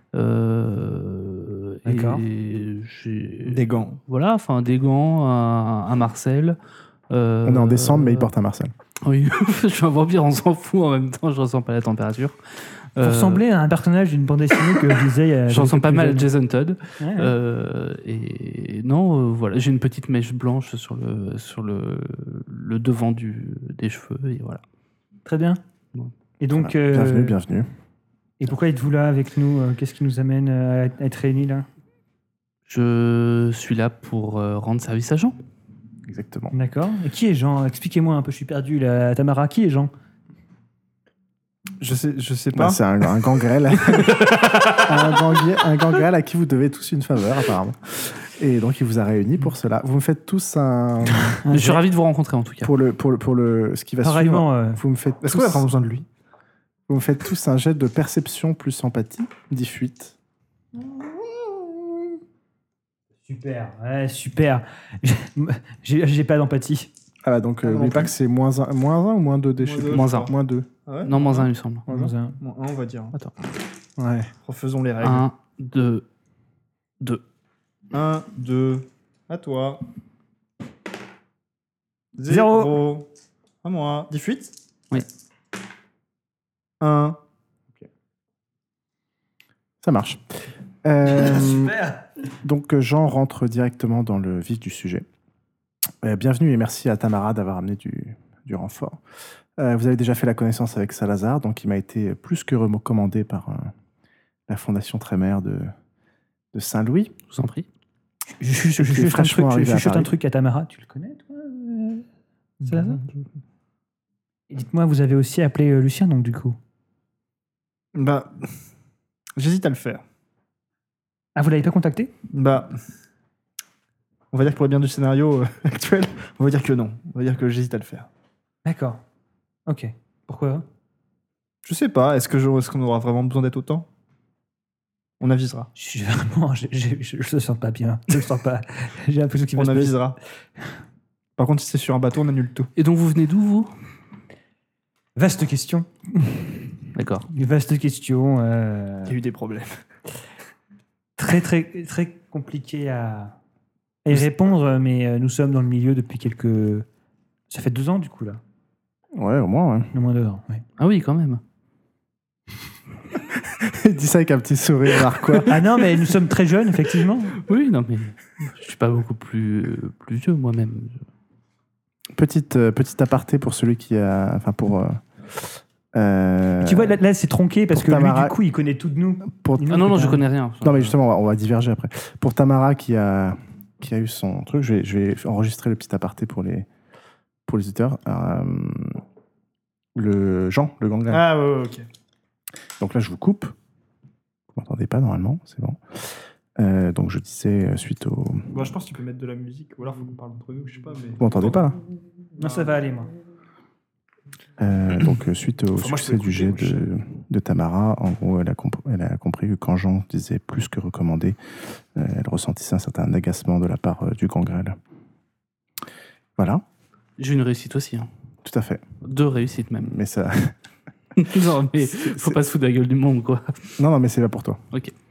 Euh, D'accord. Et j'ai. Des gants. Voilà, enfin, des gants, un, un Marcel. Euh, On est en décembre, mais il porte un Marcel. Oui, je suis un vampire, on s'en fout en même temps, je ressens pas la température. Vous Euh, ressemblez à un personnage d'une bande dessinée que je disais. euh, Je j'étais ressemble pas plus mal à jeune. Jason Todd. Ouais, ouais. Euh, et non, euh, voilà, j'ai une petite mèche blanche sur le, sur le, le devant du, des cheveux, et voilà. Très bien. Bon. Et donc, Voilà. euh, Bienvenue, bienvenue. et pourquoi êtes-vous là avec nous euh, Qu'est-ce qui nous amène euh, à être réunis là Je suis là pour euh, rendre service à Jean. Exactement. D'accord. Et qui est Jean Expliquez-moi un peu, je suis perdu là. Tamara, qui est Jean Je sais, je sais Bah, pas. c'est un, un gangrel. un, gangrel un gangrel à qui vous devez tous une faveur, apparemment. Et donc, il vous a réunis pour cela. Vous me faites tous un. Je suis ravi de vous rencontrer en tout cas. Pour le, pour le, pour le, ce qui va suivre. Pareillement. euh, Vous me faites Est-ce tous, qu'on a vraiment besoin de lui? vous me faites tous un jet de perception plus empathie, dix fuite. Super, ouais, super. J'ai j'ai pas d'empathie. Ah, là, donc, Ah, euh, non n'oubliez pas plus. que c'est moins un, moins un ou moins deux dés, je sais Moins plus. deux, Moins je un. crois. Moins deux. Ah ouais Non, moins un, il me semble. Dans un- Moins un, on va dire. Attends. Ouais. Refaisons les règles. Un, deux, deux. Un, deux, à toi. Zéro. Zéro. À moi. dix-huit Oui. Un. Ça marche. Euh, Super. Donc Jean rentre directement dans le vif du sujet. Euh, bienvenue et merci à Tamara d'avoir amené du, du renfort. Euh, vous avez déjà fait la connaissance avec Salazar, donc il m'a été plus que recommandé par euh, la Fondation Trémère de, de Saint-Louis. Je vous en prie. Je suis je Qui est chuchote un fraîchement truc, je arrivé à chuchote un Paris. truc à Tamara. Tu le connais, toi euh, Salazar Et dites-moi, vous avez aussi appelé euh, Lucien, donc du coup. Bah. J'hésite à le faire. Ah, vous l'avez pas contacté Bah. On va dire que pour le bien du scénario euh, actuel, on va dire que non. On va dire que j'hésite à le faire. D'accord. Ok. Pourquoi Je sais pas, est-ce que je- est-ce qu'on aura vraiment besoin d'être autant? On avisera. Je suis vraiment, je, je, je, je le sens pas bien. Je le sens pas. J'ai l'impression qu'il va On se passer. avisera. Par contre, si c'est sur un bateau, on annule tout. Et donc vous venez d'où, vous? Vaste question. D'accord. Vaste question. euh, Il y a eu des problèmes. très très très compliqué à, à y répondre, mais euh, nous sommes dans le milieu depuis quelques. Ça fait deux ans du coup là. Ouais, au moins, ouais. No moins deux ans. Oui. Ah oui, quand même. Il dit ça avec un petit sourire narquois. Ah non, mais nous sommes très jeunes effectivement. Oui, non, mais je suis pas beaucoup plus, plus vieux moi-même. Petite, euh, petite aparté pour celui qui a... Enfin, pour... euh, euh, Tu vois là, là, c'est tronqué parce pour que Tamara- lui du coup il connaît tout de nous. pour, Il nous Ah non, non, écoute, je hein. connais rien. Non, mais justement, on va, on va diverger après. Pour Tamara qui a, qui a eu son truc, je vais, je vais enregistrer le petit aparté pour les, pour les auditeurs. Euh, le Jean, le gangrel. Ah ouais, ouais, ok. Donc là, je vous coupe. Vous m'entendez pas normalement, c'est bon. Euh, donc je disais euh, suite au. Bon, je pense que tu peux mettre de la musique, ou alors faut qu'on parle entre nous, je sais pas. Mais... Vous m'entendez pas là? Non, ça va aller moi. Euh, donc, euh, suite au Enfin, moi, je succès peux du jet écouter, de, de Tamara, en gros, elle a, comp- elle a compris que quand Jean disait plus que recommandé, euh, elle ressentissait un certain agacement de la part euh, du gangrel. Voilà, J'ai une réussite aussi. Hein. tout à fait. Deux réussites même. Mais ça... non, mais C'est- faut c'est- pas se foutre de la gueule du monde, quoi. non, non, mais c'est là pour toi.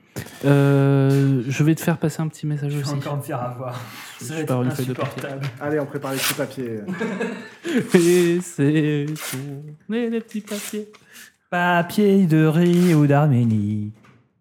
Euh, je vais te faire passer un petit message aussi. me faire avoir. Je vais avoir une feuille de papier. Allez, on prépare les petits papiers. Et c'est tourner les petits papiers. Papier de riz ou d'Arménie.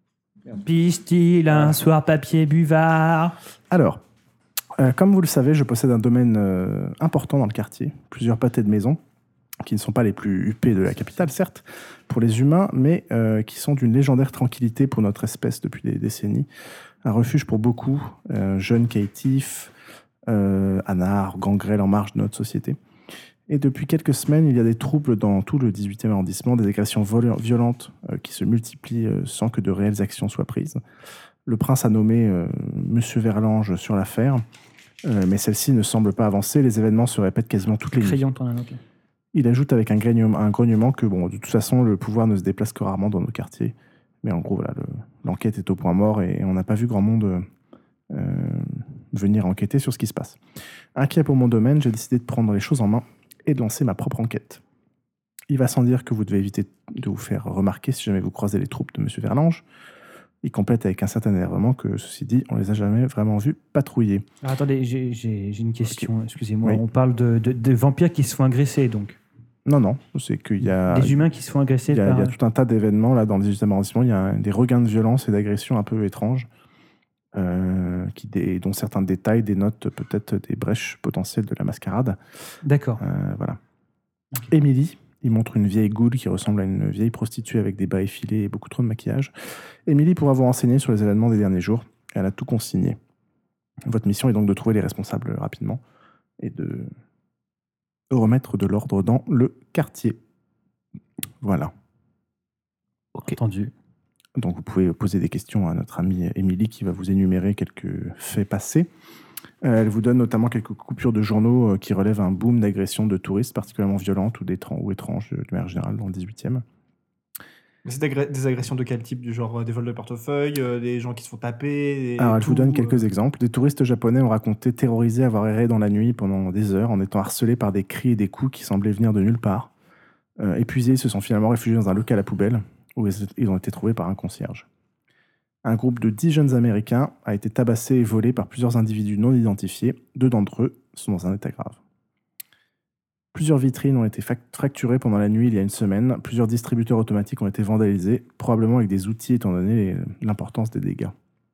Pistil, un soir papier buvard. Alors, euh, comme vous le savez, je possède un domaine euh, important dans le quartier. Plusieurs pâtés de maisons, qui ne sont pas les plus huppés de la capitale, certes, pour les humains, mais euh, qui sont d'une légendaire tranquillité pour notre espèce depuis des décennies. Un refuge pour beaucoup, euh, jeunes caïtifs, euh, anards, gangrels en marge de notre société. Et depuis quelques semaines, il y a des troubles dans tout le dix-huitième arrondissement, des agressions vol- violentes euh, qui se multiplient euh, sans que de réelles actions soient prises. Le prince a nommé euh, Monsieur Verlange sur l'affaire, euh, mais celle-ci ne semble pas avancer. Les événements se répètent quasiment toutes les nuits. Crayon, t'en as noté. Il ajoute avec un grognement, un grognement que, bon, de toute façon, le pouvoir ne se déplace que rarement dans nos quartiers. Mais en gros, voilà, le- l'enquête est au point mort et on n'a pas vu grand monde euh, euh, venir enquêter sur ce qui se passe. Inquiet pour mon domaine, j'ai décidé de prendre les choses en main et de lancer ma propre enquête. Il va sans dire que vous devez éviter de vous faire remarquer si jamais vous croisez les troupes de Monsieur Verlange. Il complète avec un certain énervement que, ceci dit, on les a jamais vraiment vus patrouiller. Alors, attendez, j'ai- j'ai j'ai une question, excusez-moi. Oui. On parle de, de, de vampires qui se font agresser, donc. Non, non, c'est qu'il y a... Des humains qui se font agresser Il y, a, par... il y a tout un tas d'événements là dans le dix-huitième arrondissement. Il y a des regains de violence et d'agressions un peu étranges, euh, qui dé- dont certains détails dénotent peut-être des brèches potentielles de la mascarade. D'accord. Euh, voilà. Émilie, il montre une vieille goule qui ressemble à une vieille prostituée avec des bas effilés et beaucoup trop de maquillage. Émilie pourra vous renseigner sur les événements des derniers jours. Elle a tout consigné. Votre mission est donc de trouver les responsables rapidement et de remettre de l'ordre dans le quartier. Voilà. Ok. Entendu. Donc vous pouvez poser des questions à notre amie Émilie qui va vous énumérer quelques faits passés. Euh, elle vous donne notamment quelques coupures de journaux euh, qui relèvent un boom d'agressions de touristes particulièrement violentes ou, d'étran- ou étranges euh, de manière générale dans le dix-huitième. Mais c'est d'agré- des agressions de quel type? Du genre euh, des vols de portefeuille, euh, des gens qui se font taper des- Alors elle tout, vous donne euh, quelques exemples. Des touristes japonais ont raconté terrorisés avoir erré dans la nuit pendant des heures en étant harcelés par des cris et des coups qui semblaient venir de nulle part. Euh, épuisés, ils se sont finalement réfugiés dans un local à poubelle où ils ils ont été trouvés par un concierge. Un groupe de dix jeunes Américains a été tabassé et volé par plusieurs individus non identifiés. Deux d'entre eux sont dans un état grave. Plusieurs vitrines ont été fac- fracturées pendant la nuit il y a une semaine. Plusieurs distributeurs automatiques ont été vandalisés, probablement avec des outils étant donné l'importance des dégâts.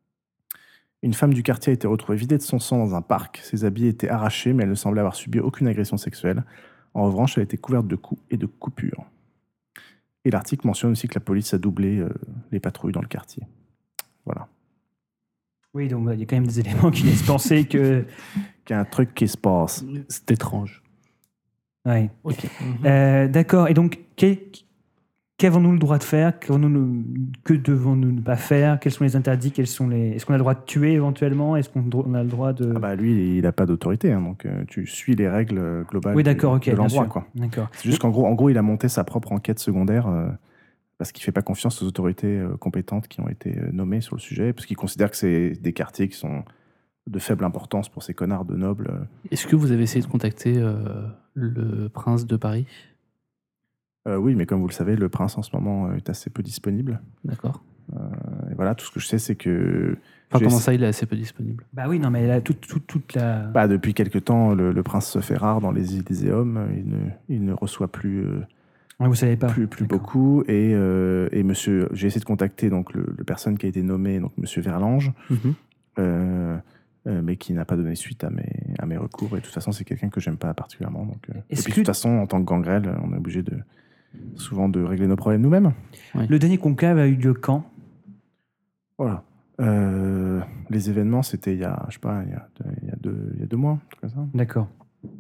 Une femme du quartier a été retrouvée vidée de son sang dans un parc. Ses habits étaient arrachés, mais elle ne semblait avoir subi aucune agression sexuelle. En revanche, elle était couverte de coups et de coupures. Et l'article mentionne aussi que la police a doublé euh, les patrouilles dans le quartier. Voilà. Oui, donc il y a quand même des éléments qui laissent penser que... Qu'il y a un truc qui se passe. C'est étrange. Ouais. Ok. Euh, D'accord. Et donc, qu'est- qu'avons-nous le droit de faire? Qu'avons-nous- Que devons-nous ne pas faire? Quels sont les interdits? Quels sont les... Est-ce qu'on a le droit de tuer éventuellement? Est-ce qu'on on a le droit de... Ah bah lui, il n'a pas d'autorité, hein, donc euh, tu suis les règles euh, globales oui, du- d'accord, ok, de bien l'endroit. sûr. Quoi. D'accord. C'est juste qu'en gros, en gros, il a monté sa propre enquête secondaire euh, parce qu'il ne fait pas confiance aux autorités euh, compétentes qui ont été euh, nommées sur le sujet, parce qu'il considère que c'est des quartiers qui sont de faible importance pour ces connards de nobles. euh. Est-ce que vous avez essayé de contacter euh, le prince de Paris? Euh, oui, mais comme vous le savez, le prince en ce moment euh, est assez peu disponible. D'accord. Et voilà, tout ce que je sais, c'est que... Enfin, j'ai comment essa- ça, il est assez peu disponible? Bah oui, non, mais là, toute, toute, toute la... Bah, depuis quelque temps, le, le prince se fait rare dans les îles d'Iséum. Il ne, il ne reçoit plus... euh, Ouais, vous savez pas. plus, plus D'accord. beaucoup. Et, euh, et monsieur, j'ai essayé de contacter donc, le, le personne qui a été nommé, donc monsieur Verlange, Mhm. euh, euh, mais qui n'a pas donné suite à mes, à mes recours. Et de toute façon, c'est quelqu'un que j'aime pas particulièrement. Donc, euh, et Est-ce puis, que- de toute façon, en tant que gangrel, on est obligé de, souvent de régler nos problèmes nous-mêmes. Le dernier conclave a eu lieu quand? Voilà. Euh, les événements, c'était il y a, je sais pas, il y a, deux- il y a, deux, il y a deux mois, un truc comme ça. D'accord.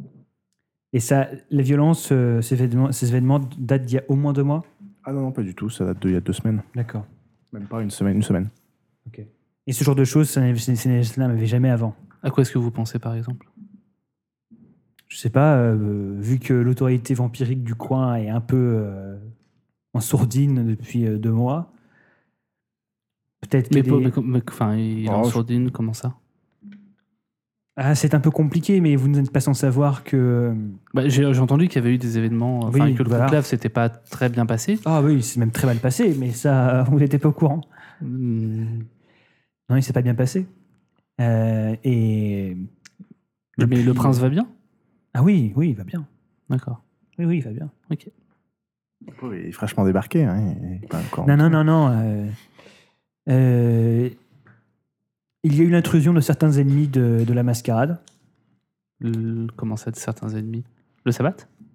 Et ça, les violences, euh, ces, événements, ces événements datent d'il y a au moins deux mois? Ah non, non, pas du tout. Ça date d'il y a deux semaines. D'accord. Même pas une semaine, une semaine. Ok. Et ce genre de choses, ça n'avait- ça- ça n'avait jamais avant? À quoi est-ce que vous pensez, par exemple? je sais pas, euh, vu que l'autorité vampirique du coin est un peu euh, en sourdine depuis euh, deux mois, peut-être Mais, qu'il pas- est... mais com- mais- enfin, il est Oh, en je- sourdine, comment ça? Ah, c'est un peu compliqué, mais vous n'êtes pas sans savoir que... Bah, j'ai j'ai entendu qu'il y avait eu des événements, enfin, Oui, que le voilà. conclave s'était pas très bien passé. Ah oui, c'est même très mal passé, mais ça, vous n'étiez pas au courant. Hmm. Non, il s'est pas bien passé. Euh, et... Mais depuis- le prince va bien? Ah oui, oui, il va bien. D'accord. Oui, oui, il va bien. Ok. Oh, il est fraîchement débarqué. Hein. Il est pas encore- Non, non, non, non. euh, euh, il y a eu l'intrusion de certains ennemis de, de la mascarade. Le- comment ça, de certains ennemis? Le sabbat?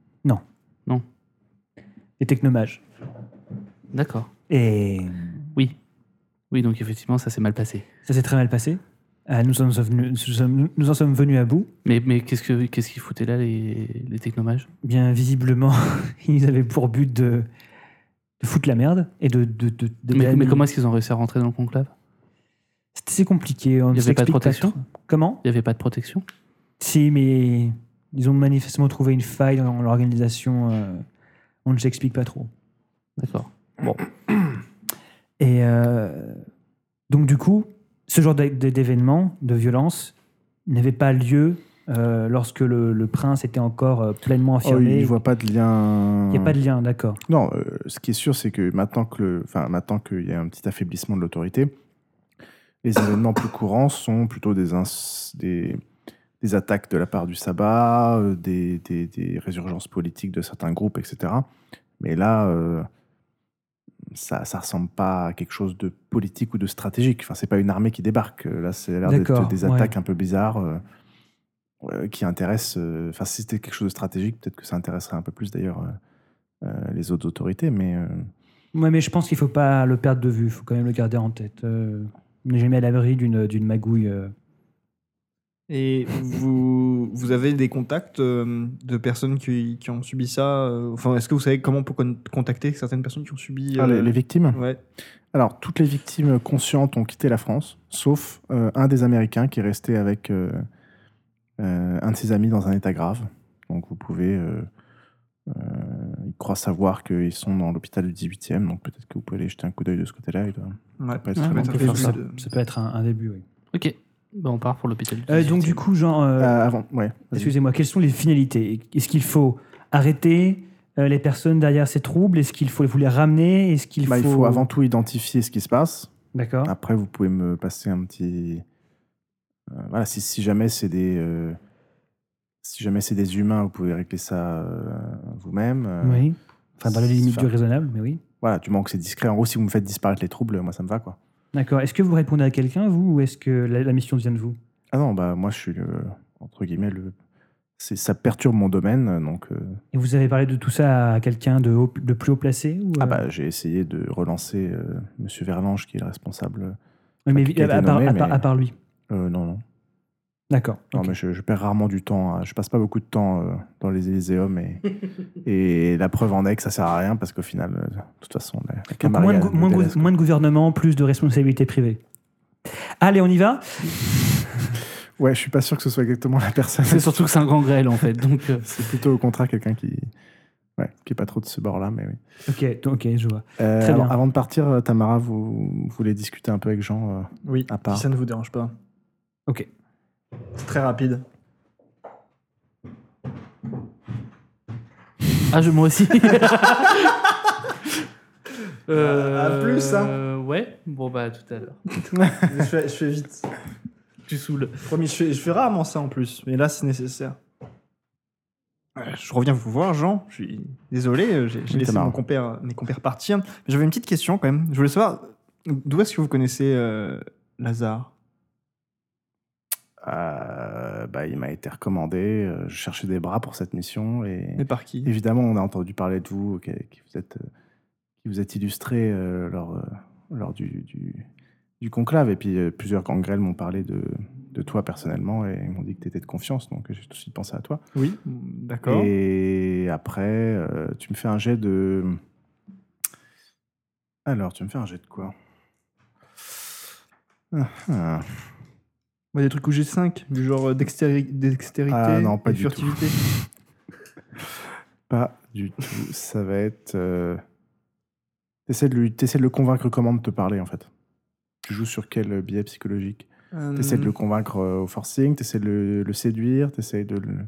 Des technomages. D'accord. Et Oui. Oui, donc effectivement, ça s'est mal passé. ça s'est très mal passé. Euh, nous, en sommes venus, nous sommes- nous en sommes venus à bout. Mais, mais qu'est-ce que qu'est-ce qu'ils foutaient là, les, les technomages? Bien visiblement, ils avaient pour but de, de foutre la merde et de. de, de, de- mais, de- mais comment est-ce qu'ils ont réussi à rentrer dans le conclave? C'est assez compliqué. On Il y ne avait pas de s'explique protection trop. Comment Il n'y avait pas de protection? Si, mais ils ont manifestement trouvé une faille dans l'organisation. euh, on ne s'explique pas trop. D'accord. Et euh, donc, du coup, ce genre d'é- d'é- d'événement, de violence, n'avait pas lieu euh, lorsque le, le prince était encore euh, pleinement Oh, affirmé. il ne voit pas de lien. Il n'y a pas de lien, d'accord. Non, euh, ce qui est sûr, c'est que maintenant que le, enfin, maintenant qu'il y a un petit affaiblissement de l'autorité, les événements plus courants sont plutôt des, ins- des, des attaques de la part du sabbat, euh, des, des, des résurgences politiques de certains groupes, et cetera. Mais là, euh, ça ne ressemble pas à quelque chose de politique ou de stratégique. Enfin, c'est pas une armée qui débarque. Là, c'est l'air d'être D'accord, des ouais. attaques un peu bizarres euh, euh, qui intéressent. euh, Enfin, si c'était quelque chose de stratégique, peut-être que ça intéresserait un peu plus d'ailleurs euh, euh, les autres autorités. Mais euh, Ouais, mais je pense qu'il ne faut pas le perdre de vue. Il faut quand même le garder en tête. Euh, on n'est jamais à l'abri d'une d'une magouille. euh. Et vous, vous avez des contacts euh, de personnes qui, qui ont subi ça euh, Enfin, est-ce que vous savez comment on peut con- contacter certaines personnes qui ont subi ah, les, euh, les victimes. Ouais. Alors, toutes les victimes conscientes ont quitté la France, sauf euh, un des Américains qui est resté avec euh, euh, un de ses amis dans un état grave. Donc, vous pouvez. Euh, euh, ils croient savoir qu'ils sont dans l'hôpital du dix-huitième, donc peut-être que vous pouvez aller jeter un coup d'œil de ce côté-là. Il doit- Ouais. peut être Ouais, très on bien. peut Ça faire fait ça. plus de- Ça peut être un, un début, oui. Ok. Ben, on part pour l'hôpital. du Euh, donc, dix-huitième. du coup, Jean, euh, Euh, avant, ouais. vas-y. excusez-moi, quelles sont les finalités? Est-ce qu'il faut arrêter euh, les personnes derrière ces troubles? Est-ce qu'il faut vous les ramener? Est-ce qu'il Bah, faut... il faut avant tout identifier ce qui se passe. D'accord. Après, vous pouvez me passer un petit. euh, voilà, si, si jamais c'est des. euh, si jamais c'est des humains, vous pouvez régler ça euh, vous-même. euh, Oui. Enfin, dans les limites enfin, du raisonnable, mais oui. Voilà, du moment que c'est discret. En gros, si vous me faites disparaître les troubles, moi, ça me va, quoi. D'accord. Est-ce que vous répondez à quelqu'un, vous, ou est-ce que la, la mission vient de vous? Ah non, bah, moi, je suis, le, entre guillemets, le. c'est- Ça perturbe mon domaine, donc. euh, Et vous avez parlé de tout ça à quelqu'un de, haut- de plus haut placé ou, Ah euh, bah, j'ai essayé de relancer euh, Monsieur Verlange, qui est le responsable. oui, mais qui a été à, part, nommé, à part- mais- à part lui. Euh, non, non. D'accord. Non, ok. mais je, je perds rarement du temps. hein. Je passe pas beaucoup de temps euh, dans les Élyséums et, et la preuve en est que ça sert à rien parce qu'au final, euh, de toute façon, la, la Donc, Camarilla moins, de, gou- nous moins de gou- délaisse, quoi. moins de gouvernement, plus de responsabilités privées. Allez, on y va? Ouais, je suis pas sûr que ce soit exactement la personne. C'est surtout que c'est un grand grêle, en fait. Donc, euh, C'est plutôt au contraire quelqu'un qui, ouais, qui est pas trop de ce bord-là, mais oui. Ok, donc, ok, je vois. Euh, Très alors, bien. avant de partir, euh, Tamara, vous, vous voulez discuter un peu avec Jean euh, Oui, à part. si ça ne vous dérange pas. Ok. C'est très rapide. Ah, je, moi aussi. À plus, hein. Euh, Ouais. Bon, bah, tout à l'heure. je, fais, je fais vite. Tu saoules. Promis, je fais, je fais rarement ça en plus, mais là c'est nécessaire. Ouais, Je reviens vous voir, Jean. Je suis désolé, euh, j'ai j'ai Oui, laissé Tamara. mon compère, mes compères partir. Mais j'avais une petite question quand même. Je voulais savoir d'où est-ce que vous connaissez euh, Lazare? Euh, bah, il m'a été recommandé. euh, je cherchais des bras pour cette mission et Mais par qui? évidemment, on a entendu parler de vous, qui, qui vous êtes, euh, qui vous êtes illustré euh, lors, euh, lors du, du, du conclave. Et puis, euh, plusieurs gangrels m'ont parlé de, de toi personnellement et ils m'ont dit que tu étais de confiance. Donc, j'ai tout de suite pensé à toi. Oui, d'accord. Et après, euh, tu me fais un jet de. Alors, tu me fais un jet de quoi? Ah, ah. Moi, des trucs où j'ai cinq, du genre euh, dextéri- dextérité Ah non, pas et du tout. furtivité. Pas du tout. Ça va être. Euh... T'essaies de, lui... T'essaies de le convaincre comment de te parler, en fait. Tu joues sur quel biais psychologique? Euh, T'essaies de le convaincre euh, au forcing, t'essaies de le, le séduire, t'essaies de le.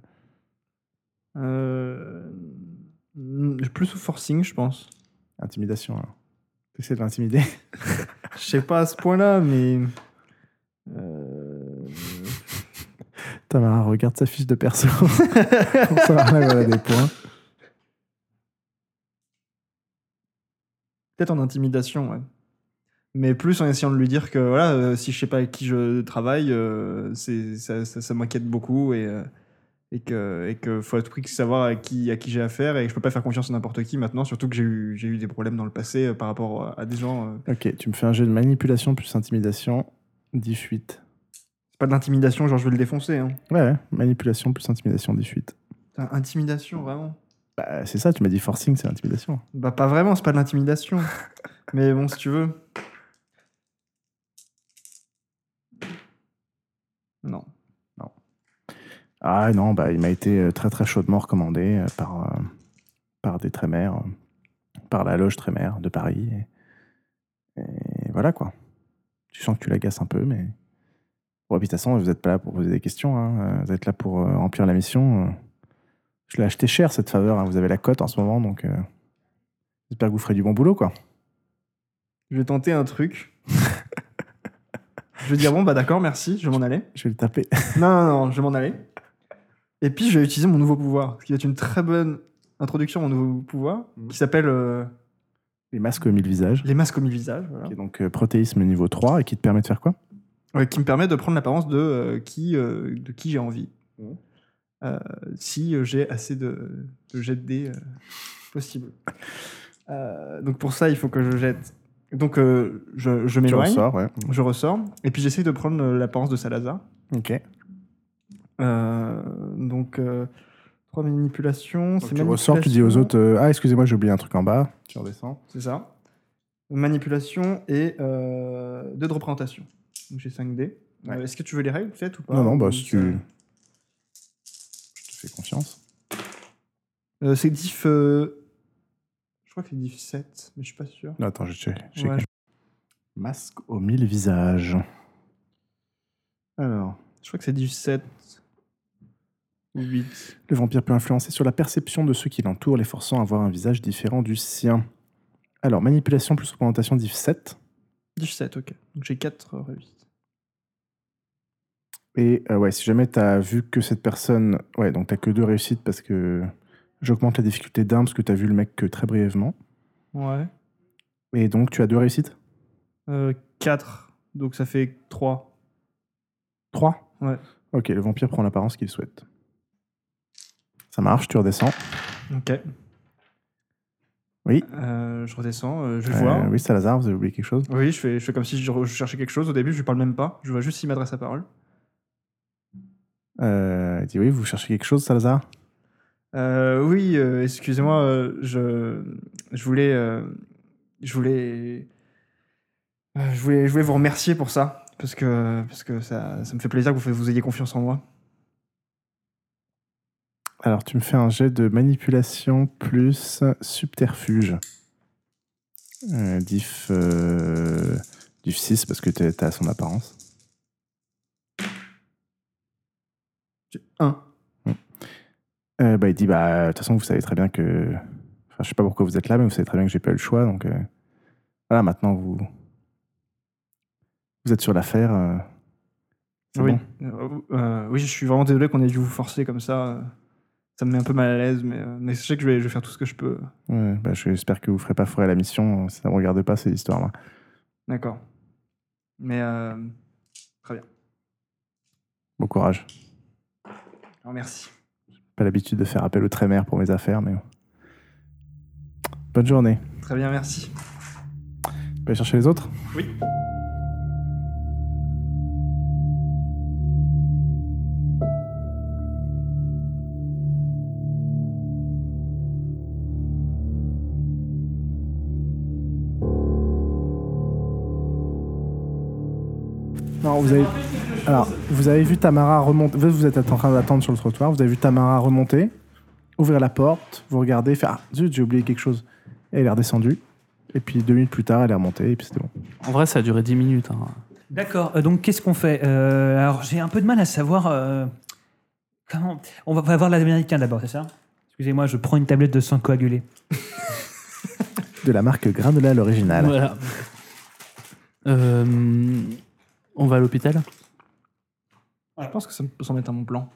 euh, mm, Plus au forcing, je pense. Intimidation, alors. T'essaies de l'intimider. Je sais pas à ce point-là, mais. Euh... Tamara regarde sa fiche de perso pour savoir là, voilà, des points. Peut-être en intimidation, ouais. Mais plus en essayant de lui dire que voilà, euh, si je sais pas avec qui je travaille, euh, c'est, ça, ça, ça m'inquiète beaucoup et, euh, et que et que faut à tout prix savoir à qui, à qui j'ai affaire et que je peux pas faire confiance à n'importe qui maintenant, surtout que j'ai eu, j'ai eu des problèmes dans le passé euh, par rapport à, à des gens. euh. Ok, tu me fais un jeu de manipulation plus intimidation, dix-huit. C'est pas de l'intimidation, genre je vais le défoncer. Hein. Ouais, ouais, manipulation plus intimidation, dix-huit. Putain, intimidation, vraiment. Bah, c'est ça, tu m'as dit forcing, c'est l'intimidation. Bah pas vraiment, c'est pas de l'intimidation. Mais bon, si tu veux. Non. Ah non, bah, il m'a été euh, très très chaudement recommandé euh, par, euh, par des trémères, euh, par la loge trémère de Paris. Et, et voilà quoi. Tu sens que tu l'agaces un peu, mais. Bon, puis de toute façon, vous n'êtes pas là pour poser des questions, hein. euh, Vous êtes là pour euh, remplir la mission. euh. Je l'ai acheté cher cette faveur, hein. Vous avez la cote en ce moment, donc euh, j'espère que vous ferez du bon boulot quoi. Je vais tenter un truc. Je vais dire bon bah d'accord, merci, je vais m'en aller. Je vais le taper. Non, non, non, je vais m'en aller. Et puis, je vais utiliser mon nouveau pouvoir, ce qui va être une très bonne introduction à mon nouveau pouvoir, qui s'appelle euh, Les masques aux mille visages. les masques au mille visages, voilà. Qui est donc euh, protéisme niveau trois et qui te permet de faire quoi? Ouais, qui me permet de prendre l'apparence de, euh, qui, euh, de qui j'ai envie. Euh, si euh, j'ai assez de, de jet de dés euh, possible. Euh, donc, pour ça, il faut que je jette. Donc, euh, je, je Tu m'éloigne, ressors, ouais. je ressors, et puis j'essaye de prendre euh, l'apparence de Salazar. Ok. Euh, donc, euh, trois manipulations. Donc c'est tu ressors, tu dis aux manipulation. autres euh, ah, excusez-moi, j'ai oublié un truc en bas. Tu redescends. C'est ça. Manipulation et euh, deux de représentation. Donc j'ai cinq dés. Ouais. Euh, Est-ce que tu veux les règles peut-être ou pas? Non, non, bah Ou si ça- tu. Je te fais confiance. Euh, c'est diff. euh, Je crois que c'est diff sept, mais je suis pas sûr. Non, attends, je check. check. Ouais, je... Masque aux mille visages. Alors. je crois que c'est diff sept ou huit. Le vampire peut influencer sur la perception de ceux qui l'entourent, les forçant à avoir un visage différent du sien. Alors, manipulation plus représentation diff sept. diff sept, ok. Donc j'ai quatre réussites. Et euh, ouais, si jamais tu as vu que cette personne. Ouais, donc tu que deux réussites parce que j'augmente la difficulté d'un parce que tu as vu le mec que très brièvement. Ouais. Et donc tu as deux réussites? Euh, quatre. Donc ça fait trois. Trois? Ouais. Ok, le vampire prend l'apparence qu'il souhaite. Ça marche, tu redescends. Ok. Oui. Euh, je redescends, euh, je vais Euh, voir. oui, Salazar, vous avez oublié quelque chose? Oui, je fais, je fais comme si je, re- je cherchais quelque chose. Au début, je lui parle même pas. Je vois juste s'il m'adresse la parole. Euh, il dit oui, vous cherchez quelque chose, Salazar? Euh, oui, euh, excusez-moi, euh, je, je voulais, euh, je voulais, euh, je voulais, je voulais vous remercier pour ça, parce que, parce que ça, ça me fait plaisir que vous, vous ayez confiance en moi. Alors, tu me fais un jet de manipulation plus subterfuge. Euh, diff, euh, diff six, parce que t'es- t'as son apparence. Un. Euh, bah, il dit, bah, de toute façon, vous savez très bien que... Enfin, je sais pas pourquoi vous êtes là, mais vous savez très bien que j'ai pas eu le choix, donc... euh, Voilà, maintenant, vous... Vous êtes sur l'affaire. euh, C'est Oui. bon. Euh, euh, oui, je suis vraiment désolé qu'on ait dû vous forcer comme ça. Ça me met un peu mal à l'aise, mais, euh, mais sachez que je vais, je vais faire tout ce que je peux. Ouais, bah, j'espère que vous ferez pas foirer la mission. Ça ne me regarde pas, ces histoires-là. D'accord. Mais euh, très bien. Bon courage. Alors, merci. Pas l'habitude de faire appel au trémère pour mes affaires, mais... Bonne journée. Très bien, merci. Tu peux aller chercher les autres? Oui. Non, vous avez... Alors, vous avez vu Tamara remonter. Vous, vous êtes en train d'attendre sur le trottoir. Vous avez vu Tamara remonter, ouvrir la porte, vous regardez, faire ah zut, j'ai oublié quelque chose. Et elle est redescendue. Et puis deux minutes plus tard, elle est remontée et puis c'était bon. En vrai, ça a duré dix minutes. Hein. D'accord. Euh, donc, qu'est-ce qu'on fait Euh, Alors, j'ai un peu de mal à savoir euh, comment. On va, on va voir l'américain d'abord, c'est ça? Excusez-moi, je prends une tablette de sang coagulé. De la marque Granola à l'original. Voilà. Euh, on va à l'hôpital. Je pense que ça peut s'en mettre à mon plan.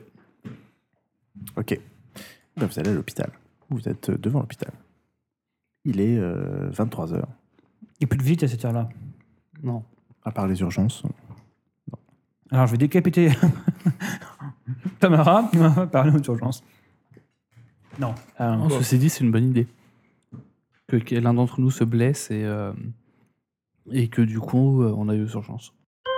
Ok. Ben, vous allez à l'hôpital. Vous êtes devant l'hôpital. Il est euh, vingt-trois heures. Il n'y a plus de visite à cette heure-là. Non. À part les urgences. Alors, je vais décapiter Tamara. On va parler aux urgences. Non. Euh, Non, ceci dit, c'est une bonne idée. Que, que l'un d'entre nous se blesse et, euh, et que du coup, euh, on a eu aux urgences.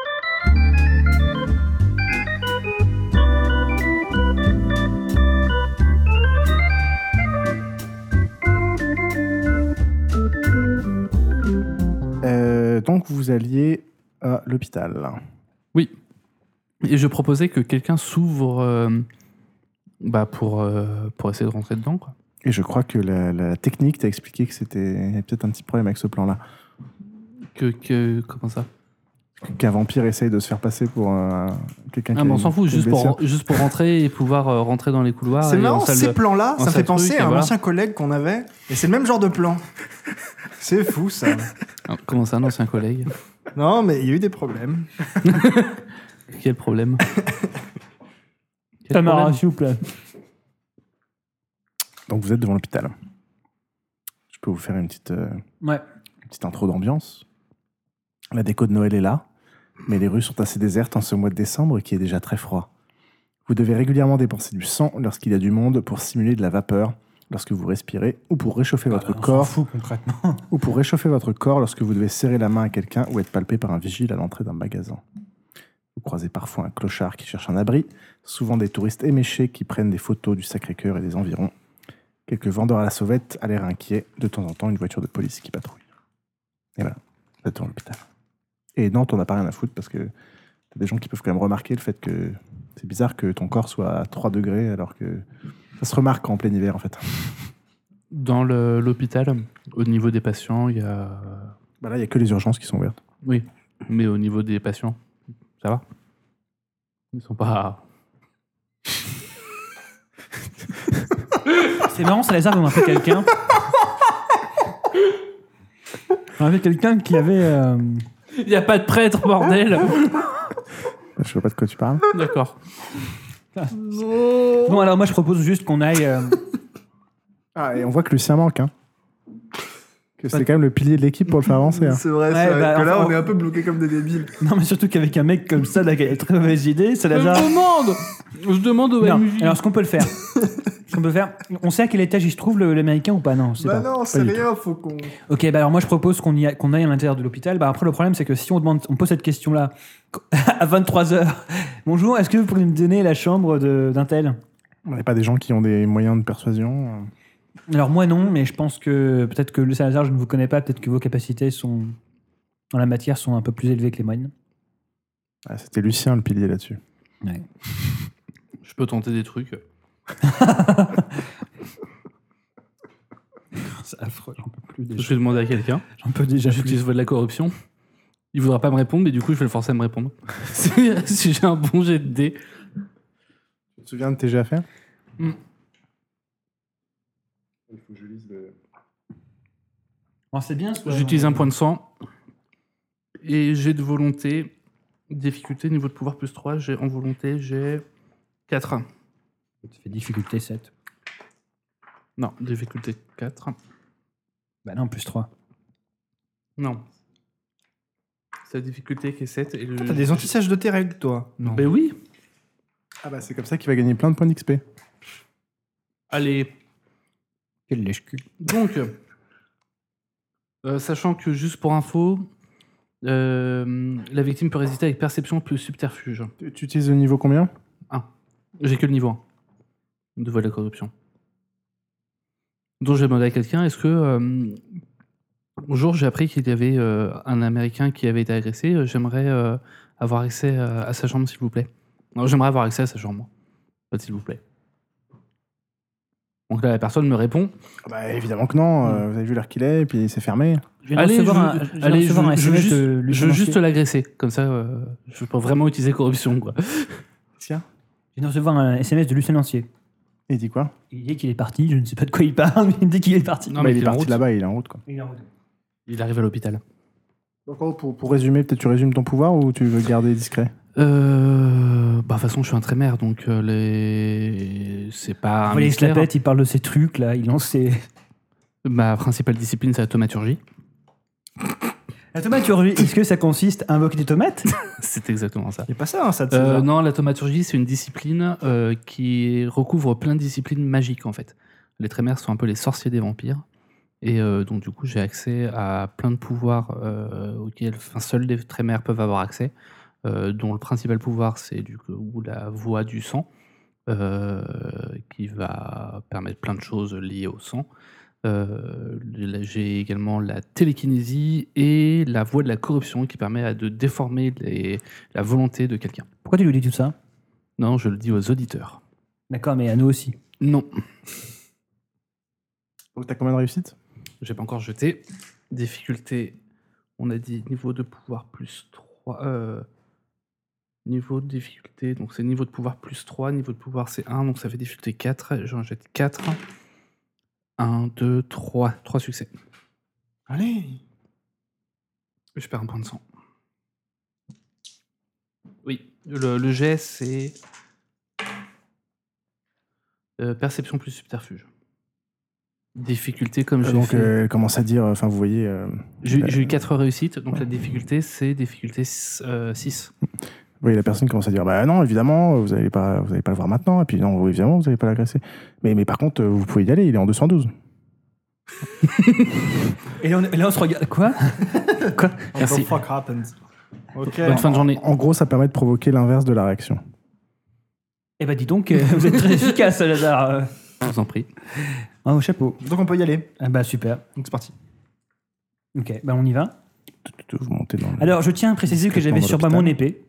Euh, donc, vous alliez à l'hôpital. Oui. Et je proposais que quelqu'un s'ouvre euh, bah pour, euh, pour essayer de rentrer dedans, quoi. Et je crois que la, la technique t'a expliqué que c'était peut-être un petit problème avec ce plan-là. Que, que, comment ça? Qu'un vampire essaye de se faire passer pour un, quelqu'un qui Ah, mais a on s'en une- fout, une juste blessure. pour, juste pour rentrer et pouvoir euh, rentrer dans les couloirs. C'est et marrant, en salle ces de- plans-là, en ça me salle fait penser truc, et à un voilà. ancien collègue qu'on avait. Et c'est le même genre de plan. C'est fou, ça. Ah, comment ça, un ancien collègue? Non, mais il y a eu des problèmes. Quel problème? Quel Tamara, problème s'il vous plaît. Donc, vous êtes devant l'hôpital. Je peux vous faire une petite, euh, Ouais. une petite intro d'ambiance. La déco de Noël est là, mais les rues sont assez désertes en ce mois de décembre qui est déjà très froid. Vous devez régulièrement dépenser du sang lorsqu'il y a du monde pour simuler de la vapeur lorsque vous respirez ou pour réchauffer votre Ah bah, on s'en corps fout concrètement. ou pour réchauffer votre corps lorsque vous devez serrer la main à quelqu'un ou être palpé par un vigile à l'entrée d'un magasin. Vous croisez parfois un clochard qui cherche un abri, souvent des touristes éméchés qui prennent des photos du Sacré-Cœur et des environs. Quelques vendeurs à la sauvette à l'air inquiets, de temps en temps une voiture de police qui patrouille. Et voilà, vous êtes dans l'hôpital. Et non, t'en as pas rien à foutre parce que t'as des gens qui peuvent quand même remarquer le fait que c'est bizarre que ton corps soit à trois degrés alors que ça se remarque en plein hiver en fait. Dans le- l'hôpital, au niveau des patients, il y a. Bah là, il n'y a que les urgences qui sont ouvertes. Oui, mais au niveau des patients, ça va? Ils sont pas. C'est marrant, Salazar, on a fait quelqu'un. On a fait quelqu'un qui avait. euh, Il n'y a pas de prêtre, bordel! Je vois pas de quoi tu parles. D'accord. Bon, alors moi je propose juste qu'on aille. euh, Ah, et on voit que Lucien manque. Hein. Que c'est quand même le pilier de l'équipe pour le faire avancer. Hein. C'est vrai, Ouais, c'est vrai. bah, que là, enfin, on est un peu bloqué comme des débiles. Non, mais surtout qu'avec un mec comme ça, là, qui a une très mauvaise idée, Salazar. Je demande! Je demande au Non. M J. Alors ce qu'on peut le faire. Ce qu'on peut faire. On sait à quel étage il se trouve le- l'américain ou pas? Non, c'est Bah pas. non, c'est du rien, faut qu'on. Ok, bah alors moi je propose qu'on y a- qu'on aille à l'intérieur de l'hôpital. Bah après le problème c'est que si on demande, on pose cette question-là à vingt-trois heures. Bonjour, est-ce que vous pourriez me donner la chambre de- d'un tel? On n'est pas des gens qui ont des moyens de persuasion. Alors moi non, mais je pense que peut-être que le Salazar, je ne vous connais pas, peut-être que vos capacités sont en la matière sont un peu plus élevées que les moyennes. Ah, c'était Lucien le pilier là-dessus. Ouais. Je peux tenter des trucs. C'est affreux, j'en peux plus Je vais demander à quelqu'un. J'en peux déjà J'utilise voie de la corruption. Il voudra pas me répondre, mais du coup, je vais le forcer à me répondre. si si j'ai un bon jet de dés. Tu te souviens de tes jets à faire Hmm. Il faut que je lise le... Bon, c'est bien. ce- J'utilise un point de sang. Et j'ai de volonté. Difficulté, niveau de pouvoir plus trois. J'ai en volonté, j'ai quatre. Ça fait difficulté sept. Non, difficulté quatre. Bah non, plus trois. Non. C'est la difficulté qui est sept. Et le... T'as des antisèches de tes règles, toi. Non. Ben oui. Ah bah c'est comme ça qu'il va gagner plein de points d'X P. Allez. Quel lèche-cul. Donc, euh, sachant que, juste pour info, euh, la victime peut résister avec perception plus subterfuge. Tu, tu utilises le niveau combien? J'ai que le niveau un de voie de la corruption. Donc, j'ai demandé à quelqu'un, est-ce que... Euh, au jour, j'ai appris qu'il y avait euh, un Américain qui avait été agressé. euh, J'aimerais euh, avoir accès euh, à sa chambre, s'il vous plaît. Non, j'aimerais avoir accès à sa chambre, moi. S'il vous plaît. Donc là, la personne me répond. Bah, évidemment que non. euh, vous avez vu l'heure qu'il est, et puis c'est fermé. Je viens de Allez, recevoir je, un, je viens de allez, recevoir je- un je veux S M S juste, de je veux Lucien juste Lancier. l'agresser. Comme ça, euh, je peux vraiment utiliser corruption, quoi. Tiens. Je viens de recevoir un S M S de Lucien Lancier. Il dit quoi? Il dit qu'il est parti, je ne sais pas de quoi il parle, mais il me dit qu'il est parti. Non, Bah, mais il est il est en parti route. là-bas, il est en route, quoi. Il est en route. Il arrive à l'hôpital. Donc, en gros, pour, pour résumer, peut-être tu résumes ton pouvoir ou tu veux garder discret? Euh, bah, de toute façon, je suis un trémère, donc euh, les... c'est pas un Voilà, il se la mystère. pète, il parle de ces trucs là, il lance ses. Ma principale discipline, c'est la thaumaturgie. La thaumaturgie, est-ce que ça consiste à invoquer des tomates? C'est exactement ça. Il n'y a pas ça, hein, ça de Euh, César. non, la thaumaturgie, c'est une discipline euh, qui recouvre plein de disciplines magiques, en fait. Les trémères sont un peu les sorciers des vampires. Et euh, donc, du coup, j'ai accès à plein de pouvoirs euh, auxquels enfin, seuls les trémères peuvent avoir accès, euh, dont le principal pouvoir, c'est du coup la voix du sang, euh, qui va permettre plein de choses liées au sang. Euh, là, j'ai également la télékinésie et la voix de la corruption qui permet à- de déformer les- la volonté de quelqu'un. Pourquoi tu lui dis tout ça? Non, je le dis aux auditeurs. D'accord, mais à nous aussi. Non, Donc, t'as combien de réussites? j'ai pas encore jeté. Difficulté, on a dit niveau de pouvoir plus trois. euh, niveau de difficulté, donc c'est niveau de pouvoir plus trois. Niveau de pouvoir c'est un, donc ça fait difficulté quatre. J'en jette quatre. un, deux, trois. trois succès. Allez. Je perds un point de sang. Oui, le, le jet, c'est euh, perception plus subterfuge. Difficulté comme Euh, j'ai Donc, fait. euh, elle commence à dire, enfin, vous voyez. euh, J'ai euh, j'ai eu quatre réussites, donc la difficulté, c'est difficulté six. vous voyez la personne commence à dire, bah non, évidemment, vous n'allez pas, vous allez pas le voir maintenant. Et puis, non, vous, évidemment, vous n'allez pas l'agresser. Mais, mais par contre, euh, vous pouvez y aller, il est en deux cent douze. Et là, on, et là, on se regarde. Quoi? Quoi? Merci. What the fuck happens? Ok. Bonne fin de journée. En gros, ça permet de provoquer l'inverse de la réaction. Eh ben dis donc, euh, vous êtes très efficace, Lazare. Euh, Je vous en prie. Bravo, chapeau. Donc on peut y aller. Ah bah super. Donc c'est parti. Ok, bah on y va. Vous montez dans le- Alors, je tiens à préciser que j'avais sur moi mon épée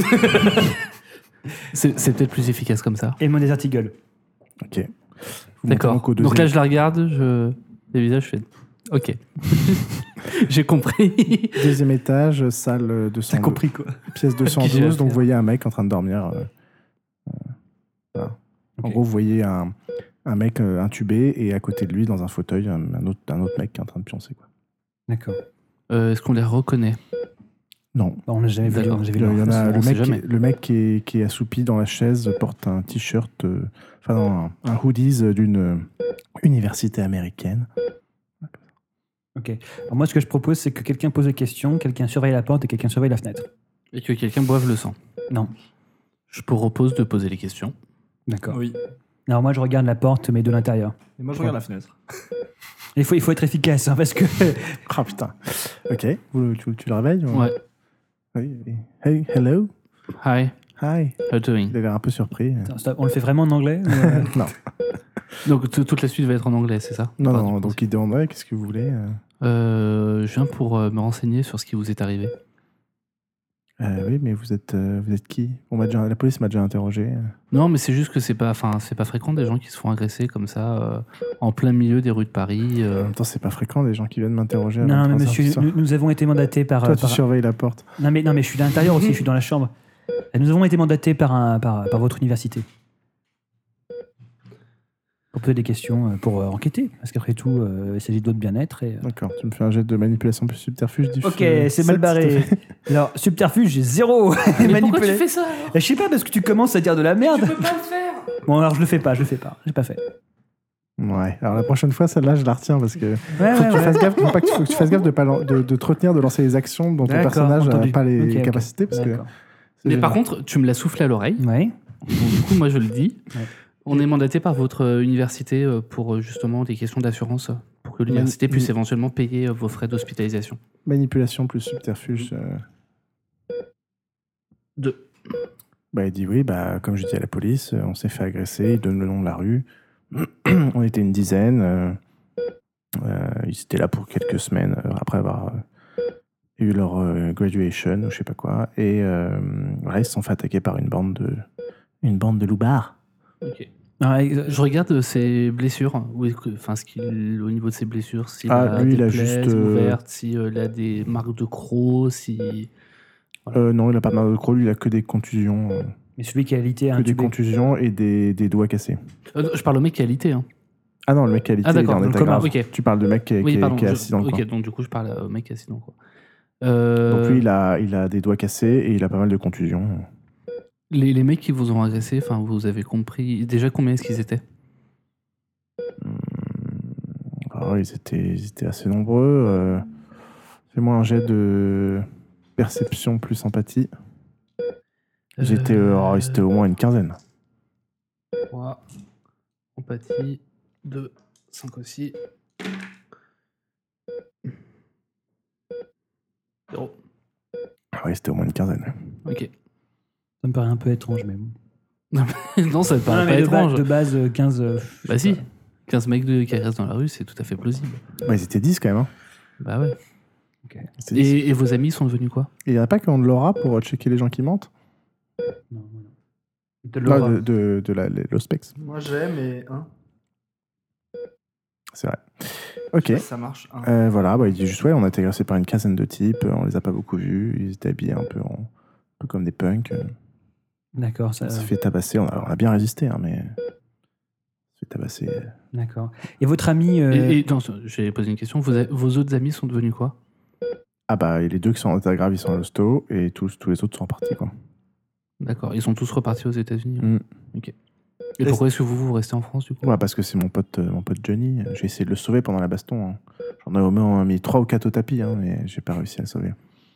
C'est c'est peut-être plus efficace comme ça. et mon Desert Eagle. Ok. Vous montez D'accord. donc au Donc là, deuxième- je la regarde, je... les visages, je fais... Ok. J'ai compris. Deuxième étage, salle deux cent douze. T'as compris quoi? Pièce deux cent Qui j'ai douze, donc affaire. vous voyez un mec en train de dormir. euh, euh, voilà. En Ok. gros, vous voyez un, un mec euh, intubé et à côté de lui, dans un fauteuil, un, un autre, un autre mec qui est en train de pioncer. Quoi. D'accord. Euh, Est-ce qu'on les reconnaît? Non. Bah, on n'a jamais vu, D'accord. on a jamais Il y vu en leur a, face. on le, sait mec qui, jamais. le mec qui est, qui est assoupi dans la chaise porte un t-shirt, euh, enfin non, un, un hoodies d'une euh, université américaine. Ok. Alors moi, ce que je propose, c'est que quelqu'un pose des questions, quelqu'un surveille la porte et quelqu'un surveille la fenêtre. Et que quelqu'un boive le sang. Non. Je propose de poser les questions. D'accord. Oui. Alors moi, je regarde la porte, mais de l'intérieur. Et moi je regarde la fenêtre. Il faut, il faut être efficace, hein, parce que... Ah putain. Ok, vous, tu, tu le réveilles ou- Ouais. Oui, oui. Hey, hello. Hi, Hi. how you doing? Il a l'air un peu surpris. Attends, stop, on le fait vraiment en anglais ou, euh, non, Donc t- toute la suite va être en anglais, c'est ça? non, Enfin, non. du Donc il demande ouais, qu'est-ce que vous voulez euh Euh, je viens pour euh, me renseigner sur ce qui vous est arrivé. Euh, Oui, mais vous êtes, euh, vous êtes qui On m'a déjà, la police m'a déjà interrogé. euh. Non, mais c'est juste que c'est pas, enfin, c'est pas fréquent des gens qui se font agresser comme ça euh, en plein milieu des rues de Paris. En euh. même temps, c'est pas fréquent des gens qui viennent m'interroger. à Non, mais vingt-trois heures monsieur, du soir. nous, nous avons été mandatés par... Toi, euh, tu par- surveilles la porte. Non, mais, non, mais je suis à l'intérieur aussi, je suis dans la chambre. Et nous avons été mandatés par, un, par, par votre université. Pour poser des questions, euh, pour euh, enquêter. Parce qu'après tout, euh, il s'agit de votre bien-être. Et, euh, D'accord. Tu me fais un jet de manipulation plus subterfuge. du Ok, feu. c'est Sept, mal s'il te barré. plaît. Alors, subterfuge, j'ai zéro. Mais pourquoi tu fais ça alors? Je sais pas, parce que tu commences à dire de la merde. Tu peux pas le faire. Bon, alors je le fais pas, je le fais pas. J'ai pas fait. Ouais. Alors la prochaine fois, celle-là, je la retiens parce que Ouais, faut ouais, que tu ouais. fasses gaffe. Non, pas que tu- faut que tu fasses gaffe de pas lan- de, de te retenir de lancer les actions dont ton D'accord, personnage n'a entendu. pas les Ok, ok. capacités parce que. D'accord. Mais par contre, tu me l'as soufflé à l'oreille. Ouais. Donc, du coup, moi, je le dis. Ouais. On est mandaté par votre euh, université euh, pour euh, justement des questions d'assurance, euh, pour que l'université Mani- puisse éventuellement payer euh, vos frais d'hospitalisation. Manipulation plus subterfuge. euh, Deux. Bah, il dit oui, bah, comme je dis à la police, euh, on s'est fait agresser, il donne le nom de la rue. On était une dizaine. Euh, euh, ils étaient là pour quelques semaines euh, après avoir euh, Il y a eu leur euh, graduation ou je sais pas quoi. Et euh, voilà, ils se sont fait attaquer par une bande de, une bande de loupards. Ok. Ah, ex- Je regarde ses blessures, où est-ce que- enfin, ce qu'il, au niveau de ses blessures, s'il Ah, a lui, des il a plaies juste, euh, ouvertes, s'il a des marques de crocs, si... Euh, non, il a pas mal de crocs, lui, il a que des contusions. euh, Mais celui qui a été que des intubé. contusions et des, des doigts cassés. Euh, non, je parle au mec qui a alité. Hein. Ah non, le mec qui a alité, Ah, il est d'accord, en dans le état coma, grave. ok. Tu parles de mec qui est, Oui, qui est- pardon. qui est je- assis dans le ok, coin. donc du coup, je parle au mec qui est assis dans le coin. Euh, Donc lui, il a, il a des doigts cassés et il a pas mal de contusions. les, les mecs qui vous ont agressé, enfin, vous avez compris déjà combien est-ce qu'ils étaient? Alors, ils, étaient, ils étaient assez nombreux. Euh, Fais-moi un jet de perception plus empathie. Ils étaient, euh, alors, ils étaient au moins une quinzaine. trois, empathie, deux, cinq aussi. zéro. Ah ouais, c'était au moins une quinzaine. Ok. Ça me paraît un peu étrange, mais bon. Non, ça te paraît Non, pas mais de, ba- étrange. de base, euh, quinze. euh, je Bah sais si, quinze mecs de, qui restent dans la rue, c'est tout à fait plausible. Ouais, ils étaient dix quand même. Hein. Bah ouais. Ils étaient dix. Et, et vos amis sont devenus quoi? Et il n'y en a pas qui ont de l'aura pour euh, checker les gens qui mentent? pas. Non, non. De Non, l'aura. de, de, de la, les- l'Ospex. Moi j'ai, mais un. C'est vrai. Ok. Ça marche. Un. Euh, voilà, bah, il dit juste, ouais, on a été agressés par une quinzaine de types, on les a pas beaucoup vus, ils étaient habillés un peu, en- un peu comme des punks. euh, D'accord, On ça. s'est fait tabasser, on a, on a bien résisté, hein, mais on s'est fait tabasser. D'accord. Et votre ami. euh, Et, et non, j'ai posé une question. Vos, a- vos autres amis sont devenus quoi? Ah bah, et les deux qui sont en état grave, ils sont à l'hosto, et tous, tous les autres sont partis, quoi. D'accord. Ils sont tous repartis aux États-Unis. Mm. Ok. Et pourquoi est-ce que vous vous restez en France du coup? Ouais, parce que c'est mon pote, euh, mon pote Johnny, j'ai essayé de le sauver pendant la baston. Hein. J'en ai au moins mis trois ou quatre au tapis, hein, mais j'ai pas réussi à le sauver.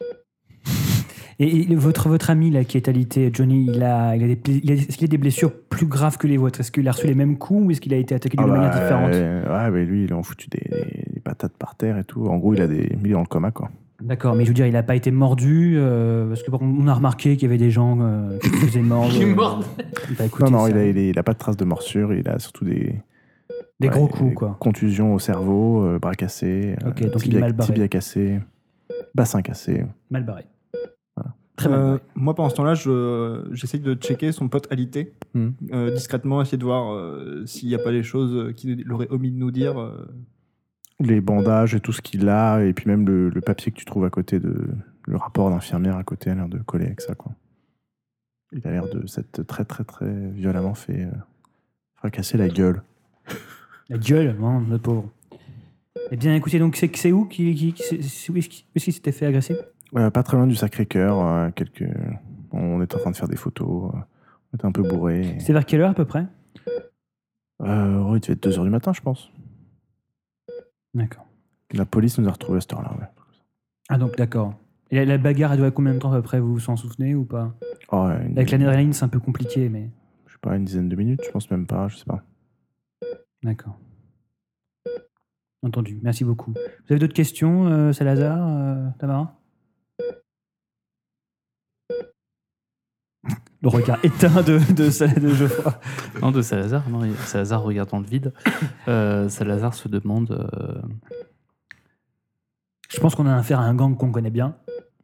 Et, et votre, votre ami là, qui est alité, Johnny, il a, il a des, pla- il a- est-ce qu'il a des blessures plus graves que les vôtres? Est-ce qu'il a reçu les mêmes coups ou est-ce qu'il a été attaqué d'une Ah manière bah, différente? euh, ouais, mais lui, il a foutu des, des patates par terre et tout. En gros, il a des mis dans le coma, quoi. D'accord, mais je veux dire, il n'a pas été mordu euh, parce que bon, on a remarqué qu'il y avait des gens euh, qui se faisaient mordre. Qui euh, mordent. bah, écoutez, Non, non, ça- il a, il, a, il a pas de traces de morsure, il a surtout des, des ouais, gros coups, des quoi. contusions au cerveau, euh, bras cassés, Ok, euh, donc il est tibia, mal barré. tibia cassé, bassin cassé. Mal barré. Voilà. Très mal Euh, barré. moi pendant ce temps-là, je, j'essaye de checker son pote alité, Hmm. euh, discrètement, essayer de voir euh, s'il n'y a pas des choses qu'il aurait omis de nous dire. euh. Les bandages et tout ce qu'il a, et puis même le, le papier que tu trouves à côté de. Le rapport d'infirmière à côté a l'air de coller avec ça, quoi. Il a l'air de s'être très, très, très violemment fait euh, fracasser la gueule. La gueule, hein, le pauvre. Eh bien, écoutez, donc c'est, c'est où qui, qui, qui- c'est- c'est- où est-ce qu'il où est-ce qu'il s'était fait agresser? Euh, pas très loin du Sacré-Cœur, euh, quelques... on était en train de faire des photos, euh, on était un peu bourrés. et- C'est vers quelle heure à peu près? Euh, oh, il devait être deux heures du matin, je pense. D'accord. La police nous a retrouvés à cette heure-là, ouais. Ah donc d'accord. Et la, la bagarre, elle doit combien de temps à peu près? Vous vous en souvenez ou pas? Oh, ouais, une- Avec l'adrénaline, c'est un peu compliqué, mais Je sais pas, une dizaine de minutes, je pense même pas, je sais pas. d'accord. Entendu. Merci beaucoup. Vous avez d'autres questions, euh, Salazar, euh, Tamara? Le regard éteint de, de, Sal- de Geoffroy. Non, de Salazar. Non, il- Salazar regarde dans le vide. Euh, Salazar se demande. euh, Je pense qu'on a affaire à un gang qu'on connaît bien.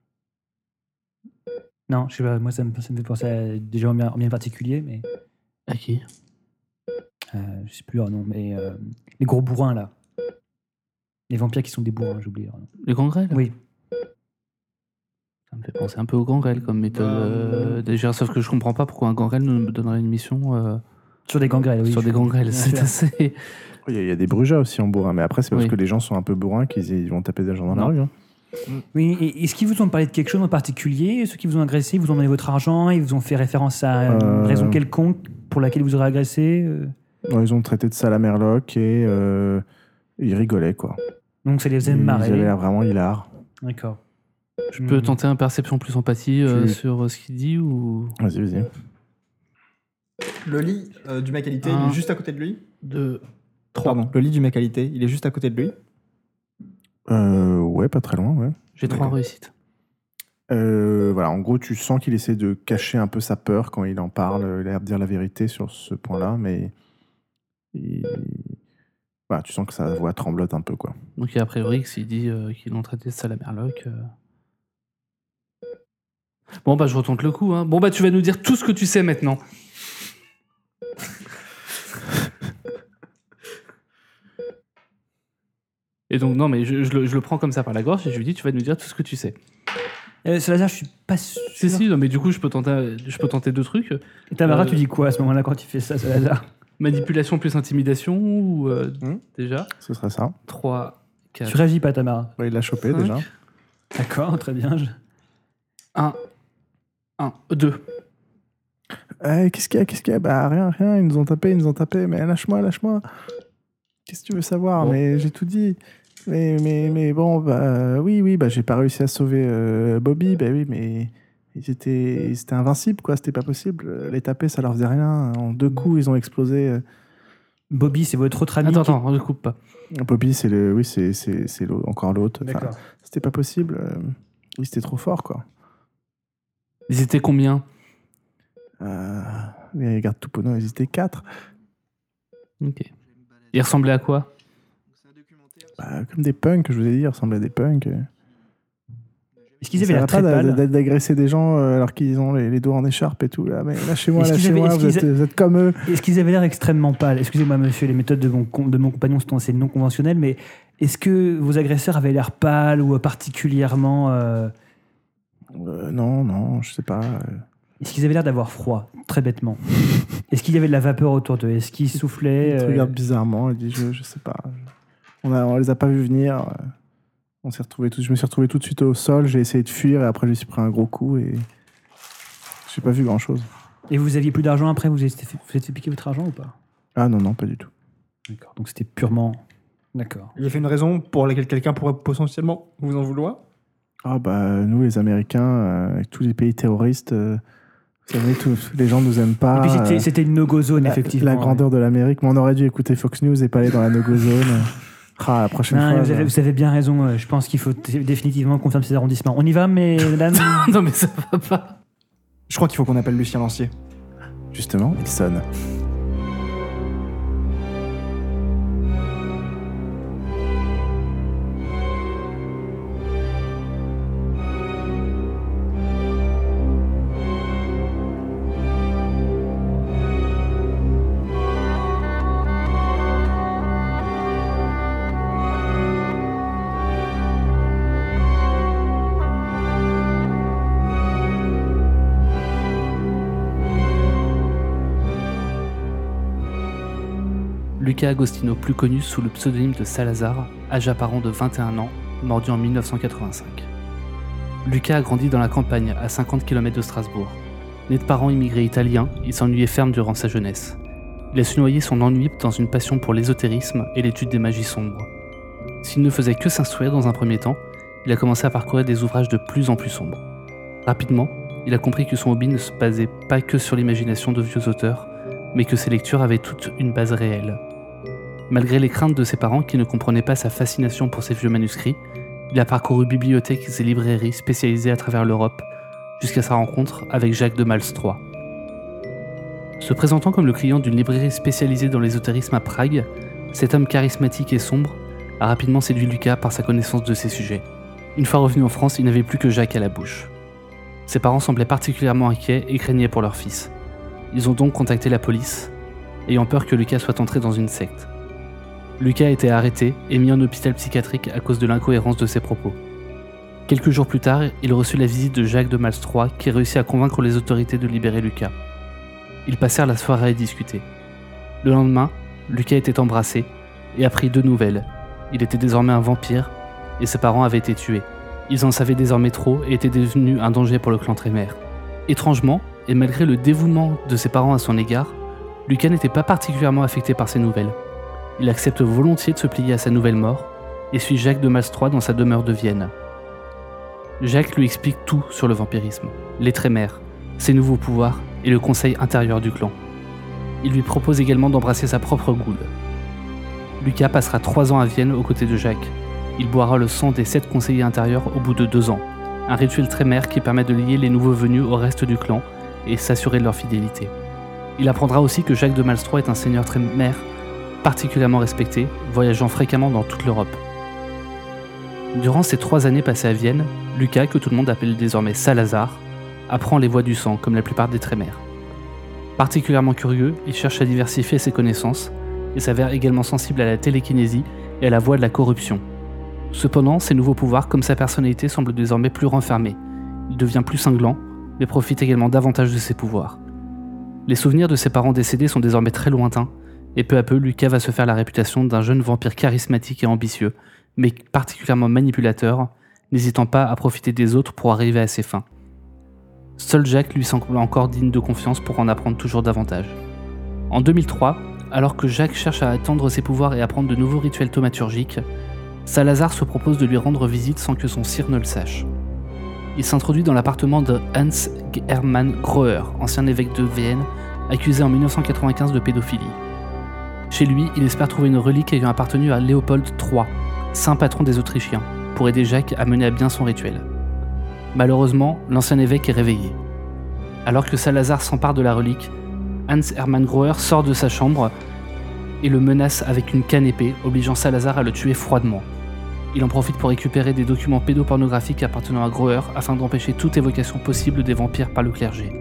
Non, je sais pas, moi ça me, ça me fait penser à des gens bien, bien particuliers, mais à qui? euh, je sais plus leur nom, mais euh, les gros bourrins là. Les vampires qui sont des bourrins, j'ai oublié leur nom. Les gangrels? Oui. Ça me fait penser un peu aux gangrels comme méthode. Bah, euh, déjà, sauf que je comprends pas pourquoi un gangrel nous donnerait une mission euh, Sur des gangrels, oui. sur des gangrels. Bien C'est sûr. assez. Il y, a- il y a des brujas aussi en bourrin, mais après, c'est parce Oui. que les gens sont un peu bourrins qu'ils ils vont taper des gens dans la Non. rue. Hein. Oui, et est-ce qu'ils vous ont parlé de quelque chose en particulier? Ceux qui vous ont agressé, ils vous ont donné votre argent, ils vous ont fait référence à une Euh. raison quelconque pour laquelle vous aurez agressé euh Non, ils ont traité de ça la merloc et euh, ils rigolaient, quoi. Donc ça les faisait Ils marrer. avaient l'air vraiment hilar. D'accord. Je peux tenter un perception plus empathie euh, Tu- sur euh, ce qu'il dit ou. Vas-y, vas-y. Le lit euh, du mec qualité, Un. il est juste à côté de lui. De. Pardon, le lit du mec qualité, il est juste à côté de lui. Euh, ouais, pas très loin, ouais. J'ai trois D'accord. réussites. Euh, voilà, en gros, tu sens qu'il essaie de cacher un peu sa peur quand il en parle. Il a l'air de dire la vérité sur ce point-là, mais il- voilà, tu sens que sa voix tremblote un peu, quoi. Donc, a priori, que s'il dit euh, qu'ils l'ont traité de sale à merloc. euh, Bon, bah, je retente le coup. Hein. Bon, bah, tu vas nous dire tout ce que tu sais maintenant. Et donc, non, mais je, je, le, je le prends comme ça par la gorge et je lui dis, tu vas nous dire tout ce que tu sais. Euh, Salazar, je suis pas sûr. Si, si, non, mais du coup, je peux tenter, je peux tenter deux trucs. Et Tamara, Euh, tu dis quoi à ce moment-là quand tu fais ça, Salazar? Manipulation plus intimidation ou euh, Hmm. déjà Ce serait ça. trois, quatre, Tu réagis pas, Tamara. Ouais, il l'a chopé Cinq. déjà. D'accord, très bien. je- un, un, deux. Eh, qu'est-ce qu'il y a Qu'est-ce qu'il y a Bah rien, rien. Ils nous ont tapé, ils nous ont tapé. Mais lâche-moi, lâche-moi. Qu'est-ce que tu veux savoir Bon. Mais j'ai tout dit. Mais, mais, mais bon, bah oui, oui, bah j'ai pas réussi à sauver euh, Bobby. Bah oui, mais ils étaient, ils étaient invincibles, quoi. C'était pas possible. Les taper, ça leur faisait rien. En deux coups, ils ont explosé. Bobby, c'est votre autre ami. Attends, qui- attends, on ne coupe pas. Bobby, c'est le, oui, c'est, c'est, c'est l'au- encore l'autre. Enfin, D'accord. c'était pas possible. euh, Ils étaient trop forts, quoi. Ils étaient combien? Euh, les gardes Tupono, ils étaient quatre. Ok. Ils ressemblaient à quoi? Bah, comme des punks, je vous ai dit, ils ressemblaient à des punks. Est-ce qu'ils Ça avaient va l'air très pas d'a- pâles? d'a- d'agresser des gens euh, alors qu'ils ont les, les doigts en écharpe et tout. Là. Mais lâchez-moi, Est-ce qu'ils lâchez-moi, avaient- est-ce vous, qu'ils êtes, vous êtes comme eux. Est-ce qu'ils avaient l'air extrêmement pâles? Excusez-moi, monsieur, les méthodes de mon, com- de mon compagnon sont assez non conventionnelles, mais est-ce que vos agresseurs avaient l'air pâles ou particulièrement... euh, Euh, non, non, je sais pas. euh. Est-ce qu'ils avaient l'air d'avoir froid, très bêtement? Est-ce qu'il y avait de la vapeur autour d'eux? Est-ce qu'ils soufflaient? Ils te euh, regardent bizarrement. Ils disent, je, je sais pas. On, a, on les a pas vus venir. euh. On s'est retrouvés tout, je me suis retrouvé tout de suite au sol. J'ai essayé de fuir et après, je me suis pris un gros coup et j'ai pas vu grand-chose. Et vous aviez plus d'argent après? Vous êtes fait, vous êtes fait piquer votre argent ou pas? Ah non, non, pas du tout. D'accord. Donc c'était purement... D'accord. Il y a fait une raison pour laquelle quelqu'un pourrait potentiellement vous en vouloir. Ah bah nous les Américains, euh, avec tous les pays terroristes, euh, vous savez, tous, les gens nous aiment pas. Et puis c'était, euh, c'était une no-go zone, la, effectivement. la grandeur de l'Amérique. Mais on aurait dû écouter Fox News et pas aller dans la no-go zone. Ah, la prochaine Non, fois. vous, avez, bah, vous avez bien raison. euh, Je pense qu'il faut t- définitivement qu'on ferme ces arrondissements. On y va, mesdames? Non, mais ça va pas. Je crois qu'il faut qu'on appelle Lucien Lancier. Justement, il sonne. Luca Agostino, plus connu sous le pseudonyme de Salazar, âge apparent de vingt et un ans, mordu en mille neuf cent quatre-vingt-cinq. Luca a grandi dans la campagne, à cinquante kilomètres de Strasbourg. Né de parents immigrés italiens, il s'ennuyait ferme durant sa jeunesse. Il a su noyer son ennui dans une passion pour l'ésotérisme et l'étude des magies sombres. S'il ne faisait que s'instruire dans un premier temps, il a commencé à parcourir des ouvrages de plus en plus sombres. Rapidement, il a compris que son hobby ne se basait pas que sur l'imagination de vieux auteurs, mais que ses lectures avaient toute une base réelle. Malgré les craintes de ses parents qui ne comprenaient pas sa fascination pour ces vieux manuscrits, il a parcouru bibliothèques et librairies spécialisées à travers l'Europe, jusqu'à sa rencontre avec Jacques de Malstroit. Se présentant comme le client d'une librairie spécialisée dans l'ésotérisme à Prague, cet homme charismatique et sombre a rapidement séduit Lucas par sa connaissance de ces sujets. Une fois revenu en France, il n'avait plus que Jacques à la bouche. Ses parents semblaient particulièrement inquiets et craignaient pour leur fils. Ils ont donc contacté la police, ayant peur que Lucas soit entré dans une secte. Lucas a été arrêté et mis en hôpital psychiatrique à cause de l'incohérence de ses propos. Quelques jours plus tard, il reçut la visite de Jacques de Malstroit qui réussit à convaincre les autorités de libérer Lucas. Ils passèrent la soirée à discuter. Le lendemain, Lucas était embrassé et apprit deux nouvelles. Il était désormais un vampire et ses parents avaient été tués. Ils en savaient désormais trop et étaient devenus un danger pour le clan Trémer. Étrangement, et malgré le dévouement de ses parents à son égard, Lucas n'était pas particulièrement affecté par ces nouvelles. Il accepte volontiers de se plier à sa nouvelle mort et suit Jacques de Malstroit dans sa demeure de Vienne. Jacques lui explique tout sur le vampirisme, les Trémères, ses nouveaux pouvoirs et le conseil intérieur du clan. Il lui propose également d'embrasser sa propre goule. Lucas passera trois ans à Vienne aux côtés de Jacques. Il boira le sang des sept conseillers intérieurs au bout de deux ans, un rituel Trémère qui permet de lier les nouveaux venus au reste du clan et s'assurer de leur fidélité. Il apprendra aussi que Jacques de Malstroit est un seigneur Trémère particulièrement respecté, voyageant fréquemment dans toute l'Europe. Durant ces trois années passées à Vienne, Lucas, que tout le monde appelle désormais Salazar, apprend les voies du sang, comme la plupart des trémères. Particulièrement curieux, il cherche à diversifier ses connaissances et s'avère également sensible à la télékinésie et à la voie de la corruption. Cependant, ses nouveaux pouvoirs, comme sa personnalité, semblent désormais plus renfermés. Il devient plus cinglant, mais profite également davantage de ses pouvoirs. Les souvenirs de ses parents décédés sont désormais très lointains, et peu à peu, Lucas va se faire la réputation d'un jeune vampire charismatique et ambitieux, mais particulièrement manipulateur, n'hésitant pas à profiter des autres pour arriver à ses fins. Seul Jack lui semble encore digne de confiance pour en apprendre toujours davantage. En deux mille trois, alors que Jack cherche à étendre ses pouvoirs et apprendre de nouveaux rituels thaumaturgiques, Salazar se propose de lui rendre visite sans que son sire ne le sache. Il s'introduit dans l'appartement de Hans Hermann Grohe, ancien évêque de Vienne, accusé en mille neuf cent quatre-vingt-quinze de pédophilie. Chez lui, il espère trouver une relique ayant appartenu à Léopold trois, saint patron des Autrichiens, pour aider Jack à mener à bien son rituel. Malheureusement, l'ancien évêque est réveillé. Alors que Salazar s'empare de la relique, Hans Hermann Grohe sort de sa chambre et le menace avec une canne épée, obligeant Salazar à le tuer froidement. Il en profite pour récupérer des documents pédopornographiques appartenant à Grohe afin d'empêcher toute évocation possible des vampires par le clergé.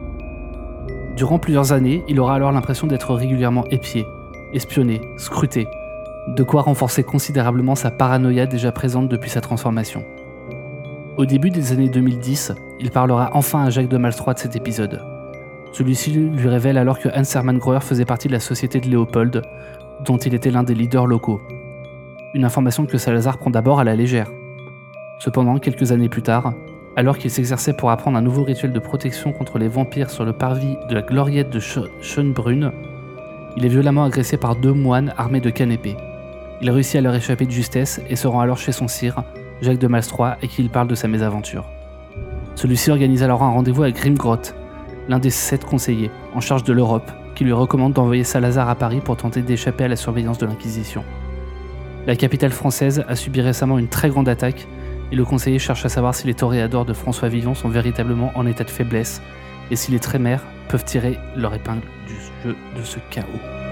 Durant plusieurs années, il aura alors l'impression d'être régulièrement épié, espionné, scruté, de quoi renforcer considérablement sa paranoïa déjà présente depuis sa transformation. Au début des années deux mille dix, il parlera enfin à Jacques de Malstroit de cet épisode. Celui-ci lui révèle alors que Hans Hermann Grohe faisait partie de la société de Léopold, dont il était l'un des leaders locaux. Une information que Salazar prend d'abord à la légère. Cependant, quelques années plus tard, alors qu'il s'exerçait pour apprendre un nouveau rituel de protection contre les vampires sur le parvis de la gloriette de Schönbrunn, il est violemment agressé par deux moines armés de cannes épées. Il réussit à leur échapper de justesse et se rend alors chez son sire, Jacques de Malstroit, et qui il parle de sa mésaventure. Celui-ci organise alors un rendez-vous avec Grimgroth, l'un des sept conseillers en charge de l'Europe, qui lui recommande d'envoyer Salazar à Paris pour tenter d'échapper à la surveillance de l'Inquisition. La capitale française a subi récemment une très grande attaque et le conseiller cherche à savoir si les toréadors de François Villon sont véritablement en état de faiblesse et si les trémères peuvent tirer leur épingle du jeu de ce chaos.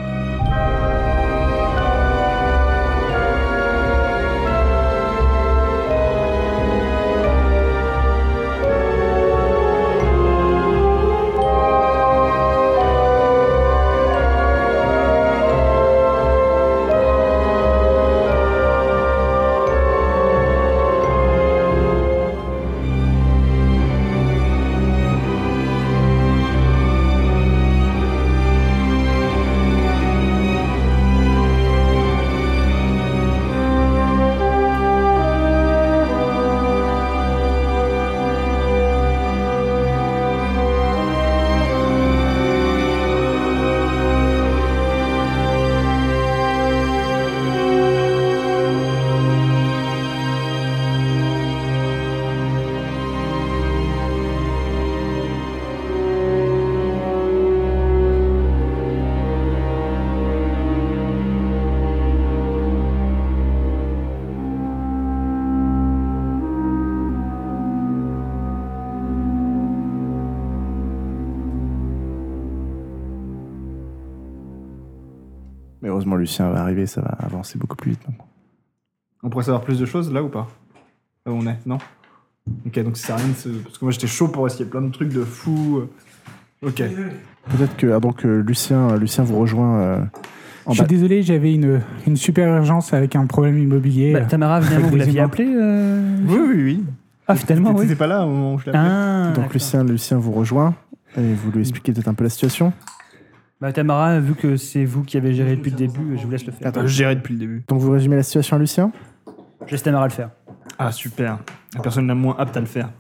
Mais heureusement, Lucien va arriver, ça va avancer beaucoup plus vite maintenant. On pourrait savoir plus de choses là ou pas? Là où on est, non? Ok, donc ça sert à rien, de- parce que moi j'étais chaud pour essayer plein de trucs de fou. Ok. Peut-être que ah, donc, euh, Lucien, euh, Lucien vous rejoint euh, en Je suis bas. désolé, j'avais une, une super urgence avec un problème immobilier. Bah, Tamara, finalement, Avec vous des l'aviez humains. appelé euh, Oui, oui, oui. Ah, finalement, T'étais oui. pas là au moment où je l'ai appelé. Ah, Donc d'accord. Lucien, Lucien vous rejoint et vous lui expliquez peut-être un peu la situation. Bah, Tamara, vu que c'est vous qui avez géré depuis le début, je vous laisse le faire. Attends, Je gérais depuis le début. Donc vous résumez la situation à Lucien. Je laisse Tamara le faire. Ah, super. La personne la moins apte à le faire.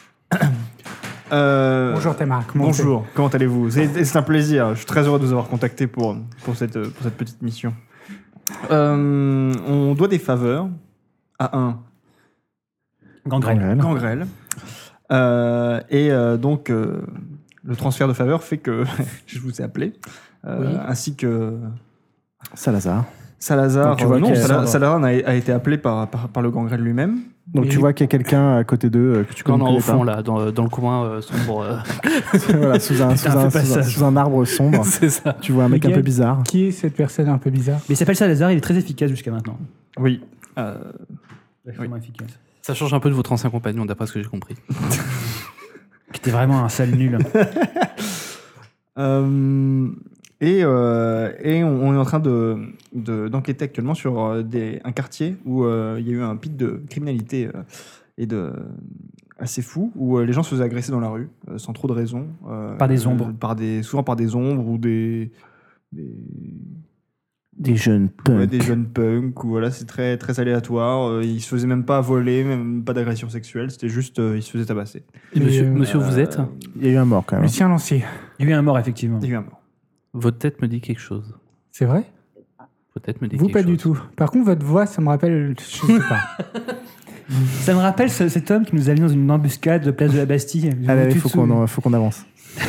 Euh, Bonjour Tamara, comment Bonjour, comment allez-vous? C'est c'est un plaisir, je suis très heureux de vous avoir contacté pour, pour, cette, pour cette petite mission. Euh, on doit des faveurs à un Gangrène. Gangrel. Gangrel. Euh, et euh, donc, euh, le transfert de faveurs fait que je vous ai appelé, euh, Oui. ainsi que Salazar. Salazar. Donc, tu vois euh, non, qu'il y a- Sala- Salazar a, a été appelé par, par, par le Gangrel lui-même. Donc Oui. tu vois qu'il y a quelqu'un à côté d'eux euh, que tu Non, connais non, au pas. fond, là, dans, dans le coin euh, sombre. euh, Voilà, sous un, sous, Putain, un, fais pas sous, un, ça. sous un arbre sombre. c'est ça. Tu vois un mec un Miguel. peu bizarre. Qui est cette personne un peu bizarre? Mais il s'appelle Salazar, il est très efficace jusqu'à maintenant. Oui. Euh, Extrêmement efficace. Ça change un peu de votre ancien compagnon, d'après ce que j'ai compris. T'es vraiment un sale nul. Euh, et, euh, et on, on est en train de, de- d'enquêter actuellement sur euh, des, un quartier où euh, il y a eu un pic de criminalité euh, et de, assez fou, où euh, les gens se faisaient agresser dans la rue euh, sans trop de raison. euh, Par des ombres. euh, par des, souvent par des ombres ou des, des, Des jeunes punks. ouais, des jeunes punks. Ou voilà, c'est très, très aléatoire. Euh, ils se faisaient même pas voler, même pas d'agression sexuelle. C'était juste, euh, ils se faisaient tabasser. Et Mais, monsieur, euh, monsieur, vous êtes Il y a eu un mort quand même. Lucien Lancier. Il y a eu un mort, effectivement. Il y a eu un mort. Votre tête me dit quelque chose. C'est vrai? Votre tête me dit Vous, quelque pas chose. du tout. Par contre, votre voix, ça me rappelle. Je sais pas. Ça me rappelle ce- cet homme qui nous a mis dans une embuscade de place de la Bastille. Allez, allez, Tu te faut souviens qu'on en- faut qu'on avance.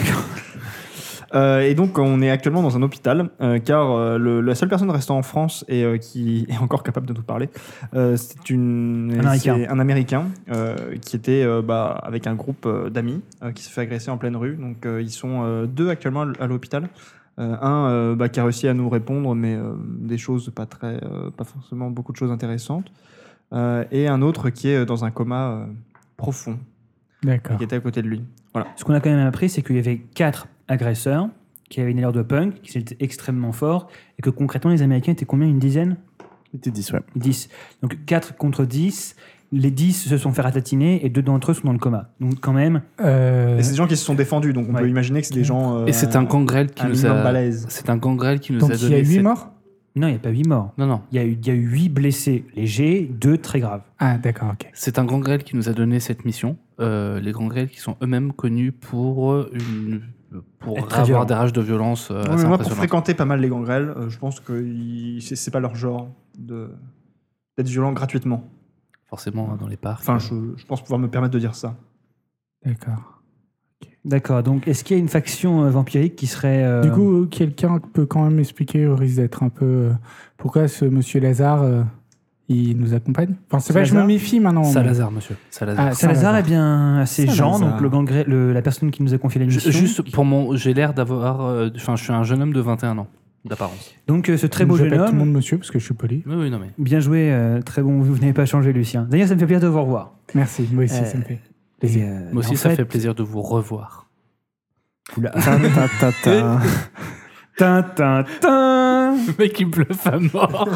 Euh, et donc, on est actuellement dans un hôpital, euh, car euh, le- la seule personne restant en France et euh, qui est encore capable de nous parler, euh, c'est une, Américain. c'est un Américain euh, qui était euh, bah, avec un groupe euh, d'amis euh, qui s'est fait agresser en pleine rue. Donc, euh, ils sont euh, deux actuellement à l- à l'hôpital. Euh, un euh, bah, qui a réussi à nous répondre, mais euh, des choses pas très, euh, pas forcément beaucoup de choses intéressantes. Euh, et un autre qui est dans un coma euh, profond, D'accord. qui était à côté de lui. Voilà. Ce qu'on a quand même appris, c'est qu'il y avait quatre agresseurs qui avaient une allure de punk, qui étaient extrêmement forts, et que concrètement, les Américains étaient combien? Une dizaine? Il était dix, ouais. dix. Donc quatre contre dix. Les dix se sont fait ratatiner et deux d'entre eux sont dans le coma. Donc quand même, Euh, Et c'est des gens qui se sont défendus, donc on Ouais. peut imaginer que c'est des gens. euh, Et c'est un gangrel qui un nous minimum a. balèze. C'est un gangrel qui nous donc a il donné. y a huit cette- morts? non, il n'y a pas huit morts. Non, non. Il y a eu, il y a eu huit blessés légers, deux très graves. Ah, d'accord, ok. C'est un gangrel qui nous a donné cette mission. Euh, les gangrels qui sont eux-mêmes connus pour une pour Être très avoir violents. des rages de violence euh, Ouais, assez mais moi, pour impressionnantes. fréquenter pas mal les gangrels, euh, je pense que ils- c'est c'est pas leur genre de d'être violent gratuitement. Forcément hein, dans les parcs. Enfin, je, je pense pouvoir me permettre de dire ça. D'accord. D'accord, donc est-ce qu'il y a une faction euh, vampirique qui serait... euh, Du coup, quelqu'un peut quand même expliquer, au risque d'être un peu. euh, pourquoi ce monsieur Lazare, euh, il nous accompagne? Enfin, c'est vrai, je me Salazar méfie maintenant. mais- Salazar, monsieur. Salazar. Ah, Salazar, Salazar. eh bien, c'est Jean, Salazar. donc le gangrel, le- la personne qui nous a confié la Ju- mission. Juste pour mon, j'ai l'air d'avoir, euh, enfin, je suis un jeune homme de vingt et un ans d'apparence. Donc euh, ce très beau jeune J'appelle tout le homme, monde monsieur parce que je suis poli. Oui, oui, non mais. bien joué, euh, très bon, vous n'avez pas changé Lucien. D'ailleurs, ça me fait plaisir de vous revoir. Merci, moi aussi, Euh, ça me fait Et, plaisir. euh, Moi aussi, en ça fait- fait plaisir de vous revoir. Oula. Ta, ta, ta, ta. Tin, tin, tin. Le mec, il bluffe à mort.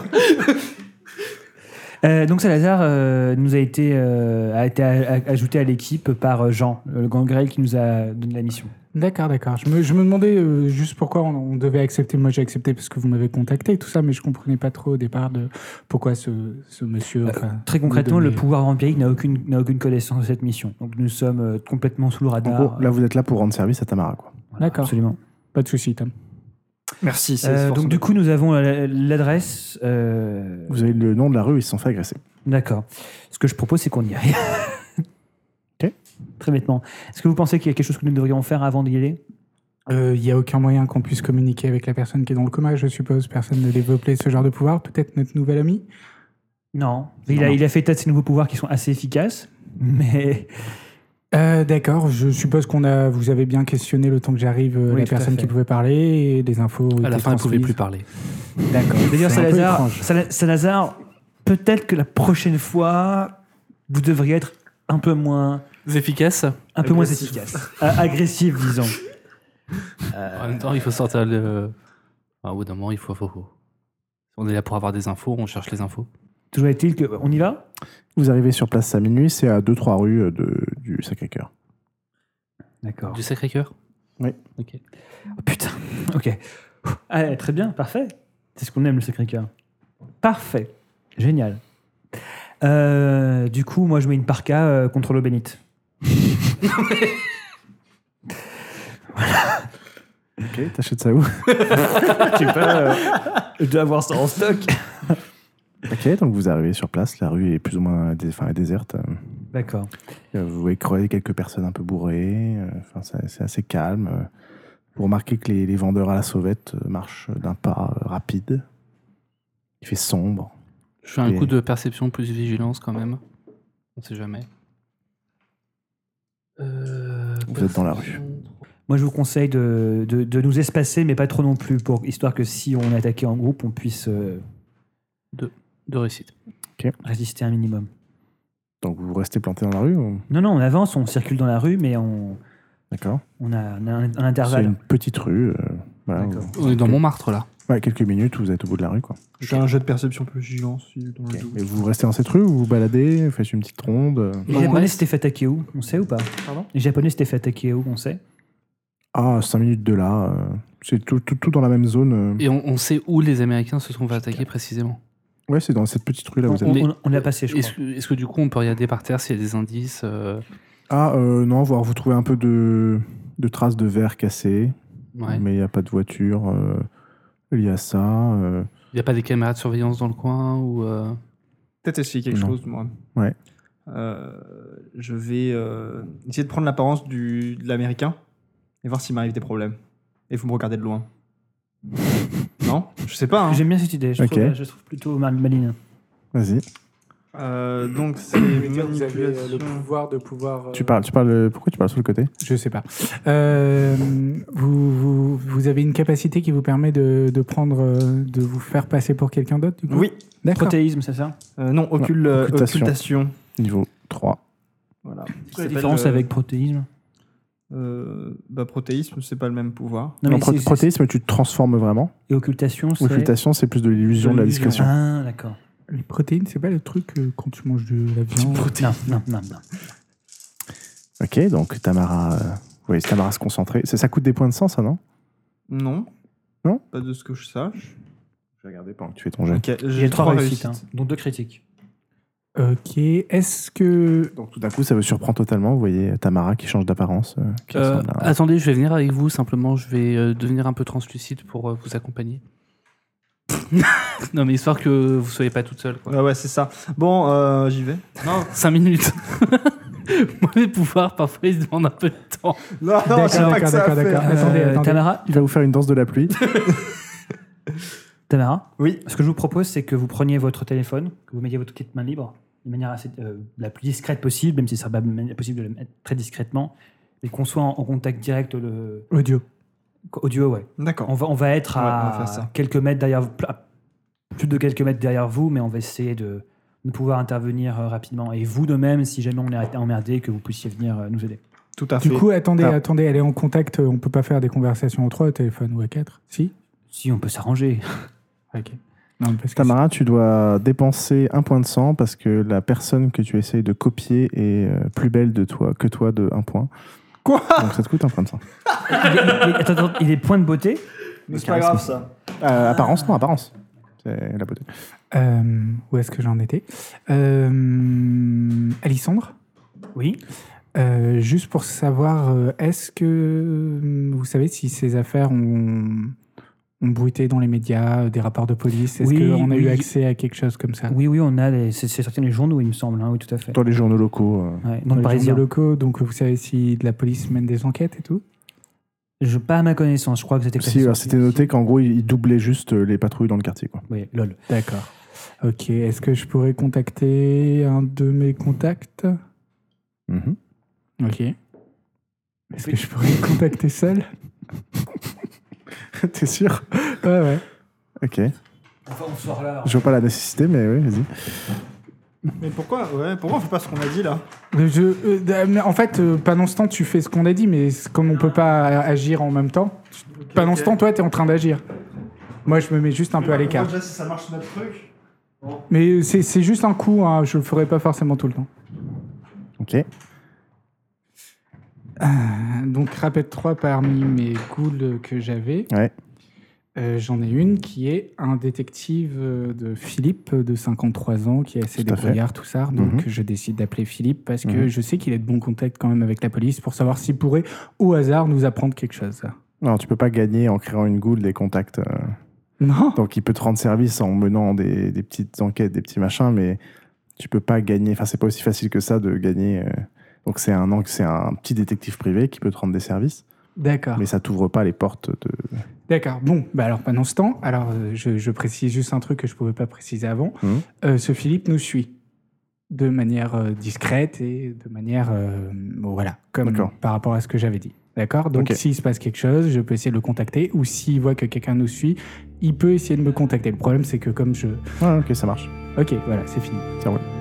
Euh, donc Salazar euh, nous a été, euh, a été a- a- ajouté à l'équipe par euh, Jean, le gangrel qui nous a donné la mission. D'accord, d'accord. Je me, je me demandais euh, juste pourquoi on, on devait accepter. Moi, j'ai accepté parce que vous m'avez contacté et tout ça, mais je comprenais pas trop au départ de pourquoi ce, ce monsieur. Euh, enfin, Très concrètement, nous le donnait- pouvoir vampirique n'a aucune, n'a aucune connaissance de cette mission. Donc nous sommes euh, complètement sous le En radar. gros, là, vous êtes là pour rendre service à Tamara, quoi. Voilà, D'accord. Absolument. Pas de souci, Tom. Merci. Euh, donc du coup, nous avons la- l'adresse. euh, Vous avez le nom de la rue où ils se sont fait agresser. D'accord. Ce que je propose, c'est qu'on y aille. Ok. Très bêtement. Est-ce que vous pensez qu'il y a quelque chose que nous devrions faire avant d'y aller? Il n'y a aucun moyen qu'on puisse communiquer avec la personne qui est dans le coma, je suppose. Personne ne développait ce genre de pouvoir. Peut-être notre nouvel ami. Non. Il, Non, a, non. il a fait état de ses nouveaux pouvoirs qui sont assez efficaces, mais Euh, D'accord. Je suppose qu'on a. Vous avez bien questionné le temps que j'arrive euh, Oui, la tout à personne fait. qui pouvait parler et des infos. ont À la été fin, il pouvait transmises. plus parler. D'accord. d'ailleurs, C'est un peu Salazar, étrange. Sala- Salazar, peut-être que la prochaine fois, vous devriez être un peu moins, Efficace. un peu moins Agressif. efficace, A- agressif, disons. En même temps, il faut sortir le. Ah, au bout d'un moment, il faut, faut, faut. On est là pour avoir des infos, on cherche les infos. Toujours est-il que on y va? Vous arrivez sur place à minuit, c'est à deux trois rues euh, de, du Sacré-Cœur. D'accord. Du Sacré-Cœur. Oui. Ok. Oh, putain. Ok. Allez, très bien, parfait. C'est ce qu'on aime, le Sacré-Cœur. Parfait. Génial. Euh, du coup, moi, je mets une parka euh, contre l'eau bénite. Ok, t'achètes ça où? Je sais pas. euh, je dois avoir ça en stock. Ok, donc vous arrivez sur place, la rue est plus ou moins dé- enfin, déserte. euh, D'accord. Euh, Vous voyez croiser quelques personnes un peu bourrées. euh, Enfin, c'est c'est assez calme. euh. Vous remarquez que les, les vendeurs à la sauvette euh, marchent d'un pas euh, rapide. Il fait sombre. Je fais un Et- coup de perception plus vigilance quand même. On sait jamais. Euh, Vous êtes dans la rue. Moi, je vous conseille de, de, de nous espacer, mais pas trop non plus, pour, histoire que si on est attaqué en groupe, on puisse euh, De réussite. résister un minimum. Donc vous restez planté dans la rue ou... Non, non, on avance, on circule dans la rue, mais on, D'accord. On a, on a un, un C'est intervalle. une petite rue. euh, voilà, D'accord. où- On est dans Montmartre là. Ouais, quelques minutes, vous êtes au bout de la rue, quoi. Je fais un jeu de perception plus gigan si dans le Ok. doute. Et vous restez dans cette rue ou vous vous baladez, vous faites une petite ronde euh Les On Japonais reste- s'étaient fait attaquer où? On sait ou pas? Pardon Les Japonais s'étaient fait attaquer où? On sait? Ah, cinq minutes de là. euh, c'est tout, tout, tout dans la même zone. euh. Et on, on sait où les Américains se sont fait attaquer précisément. Ouais, c'est dans cette petite rue là. On, Vous êtes... Mais- on- on l'a passé, je Est-ce crois. que, est-ce que du coup on peut regarder par terre s'il y a des indices euh, Ah, euh, non, voir, vous trouvez un peu de, de traces de verre cassé, ouais. mais il n'y a pas de voiture euh, liée à ça. euh. Il n'y a pas des caméras de surveillance dans le coin ou euh, Peut-être essayer quelque Non. chose, moi. Ouais. Euh, je vais euh, essayer de prendre l'apparence du, de l'américain et voir s'il m'arrive des problèmes. Et vous me regardez de loin. Non? Je sais pas. Hein. J'aime bien cette idée. Je, Ok. trouve, je trouve plutôt mal- maligne. Vas-y. Euh, donc, c'est Vous avez manipulation. le pouvoir de pouvoir. euh, Tu parles, tu parles, pourquoi tu parles sur le côté? Je sais pas. Euh, vous, vous, vous avez une capacité qui vous permet de, de prendre, euh, de vous faire passer pour quelqu'un d'autre, du coup? Oui. D'accord. Protéisme, c'est ça? Euh, non, occul- Non, euh, occultation. occultation. Niveau trois. Voilà. Quelle est Qui la s'appelle, différence euh, avec protéisme? euh, bah, protéisme, c'est pas le même pouvoir. Non, Non, mais pro- c'est- c'est- protéisme, tu te transformes vraiment. Et occultation, c'est. Occultation, c'est plus de l'illusion, de la l'illusion. discrétion. Ah, d'accord. Les protéines, c'est pas le truc euh, quand tu manges de la viande. Non, non, non, non. Ok, donc Tamara, euh, oui, Tamara se concentrer. Ça, ça coûte des points de sang, ça, non? Non. Non Pas de ce que je sache. Je vais regarder pendant que tu fais ton jeu. Ok, Il y a trois réussites, hein, dont deux critiques. Ok. Est-ce que. Donc tout d'un coup, ça vous surprend totalement. Vous voyez Tamara qui change d'apparence. euh, qui Euh, ressemble à- Attendez, je vais venir avec vous. Simplement, je vais euh, devenir un peu translucide pour euh, vous accompagner. Non, mais histoire que vous soyez pas toute seule. Quoi. Ouais, ouais, c'est ça. Bon, euh, j'y vais. Non, cinq minutes. Moi, mes pouvoirs, parfois, ils demandent un peu de temps. Non, non, D'accord, j'ai pas que d'accord, ça à d'accord, faire. d'accord. Attendez, Euh, attendez. Tamara, Il va vous faire une danse de la pluie. Tamara, Oui. ce que je vous propose, c'est que vous preniez votre téléphone, que vous mettiez votre petite main libre, de manière assez, euh, la plus discrète possible, même si ce sera pas possible de le mettre très discrètement, et qu'on soit en, en contact direct, le Audio. audio, ouais. D'accord. On va, on va être Ouais, on à va faire ça. quelques mètres derrière vous, à plus de quelques mètres derrière vous, mais on va essayer de, de pouvoir intervenir euh, rapidement. Et vous de même, si jamais on est emmerdé, que vous puissiez venir euh, nous aider. Tout à Du fait. coup, attendez, Alors- attendez, elle est en contact. On peut pas faire des conversations en trois au téléphone ou à quatre? Si? Si, on peut s'arranger. Ok. Non, parce que Tamara, tu dois dépenser un point de sang parce que la personne que tu essayes de copier est euh, plus belle de toi, que toi de un point. Quoi? Donc ça te coûte un point de sang. il, est, il est- attends, attends, il est point de beauté. Mais c'est pas grave, ça. Euh, apparence, non, apparence. C'est la beauté. Euh, où est-ce que j'en étais euh, Alissandre, Oui. euh, juste pour savoir, euh, est-ce que euh, vous savez si ces affaires ont, ont bruité dans les médias, euh, des rapports de police? Est-ce Oui, qu'on a eu oui. accès à quelque chose comme ça? Oui, oui, on a les, c'est, c'est sorti dans les journaux, il me semble. Hein, oui, tout à fait. Dans les journaux locaux. euh, Ouais, Dans dans le les Parisien. journaux locaux, donc vous savez si de la police mène des enquêtes et tout? Je, pas à ma connaissance, je crois que c'était Si, alors, c'était noté qu'en gros, ils doublaient juste euh, les patrouilles dans le quartier. Quoi. Oui, lol. D'accord. Ok, est-ce que je pourrais contacter un de mes contacts? Mhm. Ok. Est-ce que je pourrais le contacter seul? T'es sûr? Ouais, ouais. Ok. Enfin, on sort là. Je vois pas la nécessité, mais oui, vas-y. Mais pourquoi, ouais, pourquoi on fait pas ce qu'on a dit là? Euh, Je, euh, mais en fait, euh, pendant ce temps, tu fais ce qu'on a dit, mais c'est comme on peut pas agir en même temps, pendant ce temps, toi, t'es en train d'agir. Moi, je me mets juste un peu à l'écart. Déjà, si ça marche notre truc. Mais c'est c'est juste un coup, hein, je le ferai pas forcément tout le temps. Ok. Euh, donc, rappelle trois parmi mes ghouls que j'avais. Ouais. Euh, J'en ai une qui est un détective euh, de Philippe, de cinquante-trois ans, qui est assez Tout à fait. débrouillard, tout ça. Donc, Mhm. je décide d'appeler Philippe parce que Mhm. je sais qu'il est de bon contact quand même avec la police pour savoir s'il pourrait, au hasard, nous apprendre quelque chose. Non, tu peux pas gagner en créant une goule des contacts. euh, Non? Donc, il peut te rendre service en menant des, des petites enquêtes, des petits machins, mais tu peux pas gagner. Enfin, c'est pas aussi facile que ça de gagner. euh, Donc, c'est un, an- c'est un petit détective privé qui peut te rendre des services, D'accord. mais ça t'ouvre pas les portes de. D'accord. Bon, bah alors pendant ce temps, alors euh, je, je précise juste un truc que je pouvais pas préciser avant. Mhm. Euh, ce Philippe nous suit de manière euh, discrète et de manière euh, bon, voilà, comme D'accord. par rapport à ce que j'avais dit. D'accord. Donc Ok. s'il se passe quelque chose, je peux essayer de le contacter, ou s'il voit que quelqu'un nous suit, il peut essayer de me contacter. Le problème, c'est que comme je, Ouais, ok, ça marche. ok, voilà, c'est fini. Ça roule.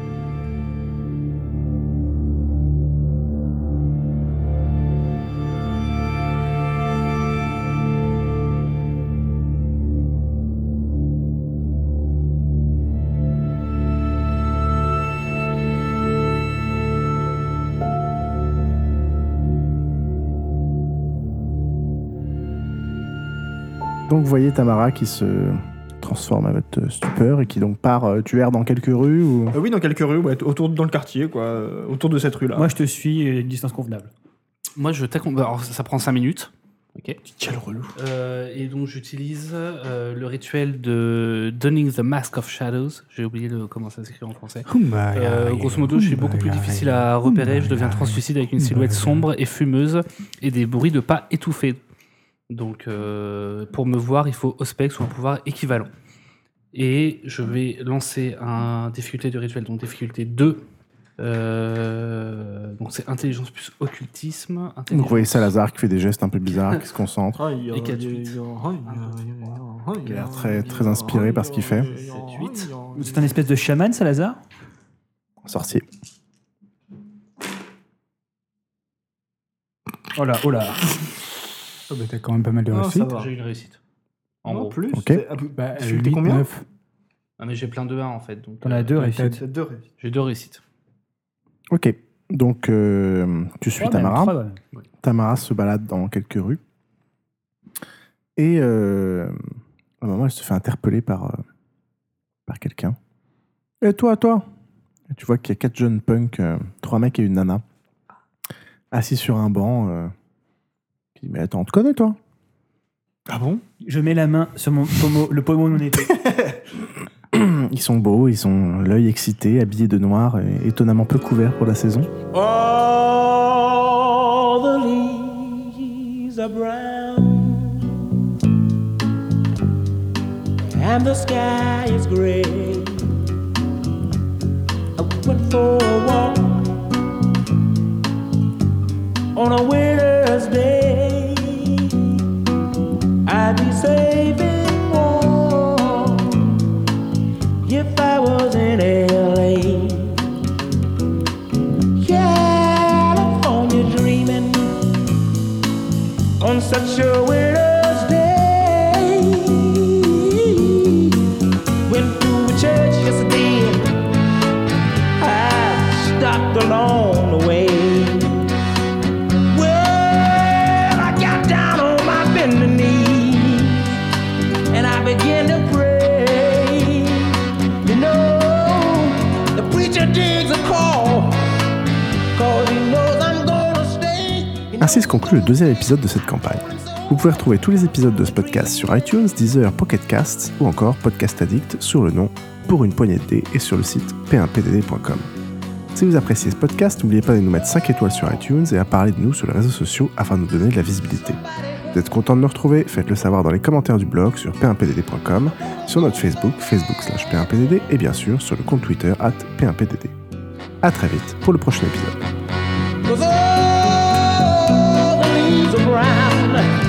Donc vous voyez Tamara qui se transforme à votre stupeur et qui donc part, euh, tu erres dans quelques rues ou... Euh, oui, dans quelques rues, ouais, autour, dans le quartier, quoi, euh, autour de cette rue-là. Moi, je te suis à une distance convenable. Moi, je t'accompagne. Alors, ça prend cinq minutes. Ok. Quel relou. Euh, et donc, j'utilise euh, le rituel de Donning the Mask of Shadows. J'ai oublié le, comment ça s'écrit en français. Euh, grosso modo, je suis beaucoup plus difficile à repérer. Je deviens translucide avec une silhouette sombre et fumeuse et des bruits de pas étouffés. Donc, euh, pour me voir, il faut Auspex ou un pouvoir équivalent. Et je vais lancer un difficulté du rituel, donc difficulté deux. Euh, donc, c'est intelligence plus occultisme. Intelligence... Donc vous voyez Salazar qui fait des gestes un peu bizarres, qui se concentre. Et quatre huit. Il a l'air très, très inspiré par ce qu'il fait. sept huit. C'est un espèce de chaman, Salazar? Sorcier. Oh là, oh là. Oh, bah, t'as quand même pas mal de Ah, réussite. ça va. J'ai une réussite. En Non, gros. plus. Ok. C'est- ah, Bah, Tu huit, t'es combien neuf. Ah, mais j'ai plein de un en fait. Donc, T'en as euh, deux t'as- réussites. C'est deux réussites. J'ai deux réussites. Ok. Donc euh, tu suis Ouais, même Tamara. trois, ouais. Tamara se balade dans quelques rues. Et euh, à un moment, elle se fait interpeller par, euh, par quelqu'un. Et toi, toi Et tu vois qu'il y a quatre jeunes punks, euh, trois mecs et une nana, assis sur un banc. Euh, qui dit, mais attends, on te connaît, toi? Ah bon? Je mets la main sur mon pommeau, le pommeau non été. Ils sont beaux, ils ont l'œil excité, habillés de noir et étonnamment peu couverts pour la saison. All the leaves are brown and the sky is gray. I went for a walk on a winter's day. I'd be safe and warm if I was in L A. California dreaming on such a winter's day. Went to a church yesterday. I stopped along the way. Well, I got down on my bending knee and I began to pray. You know, the preacher digs a call, cause he knows I'm gonna stay. Ainsi se conclut le deuxième épisode de cette campagne. Vous pouvez retrouver tous les épisodes de ce podcast sur iTunes, Deezer, Pocket Casts ou encore Podcast Addict sur le nom Pour une poignée de dés et sur le site p un p d d point com. Si vous appréciez ce podcast, n'oubliez pas de nous mettre cinq étoiles sur iTunes et à parler de nous sur les réseaux sociaux afin de nous donner de la visibilité. Vous êtes content de nous retrouver? Faites-le savoir dans les commentaires du blog sur p un p d d point com, sur notre Facebook, Facebook slash p un p d d et bien sûr sur le compte Twitter at p un p d d. A très vite pour le prochain épisode. 'Cause all the leaves are brown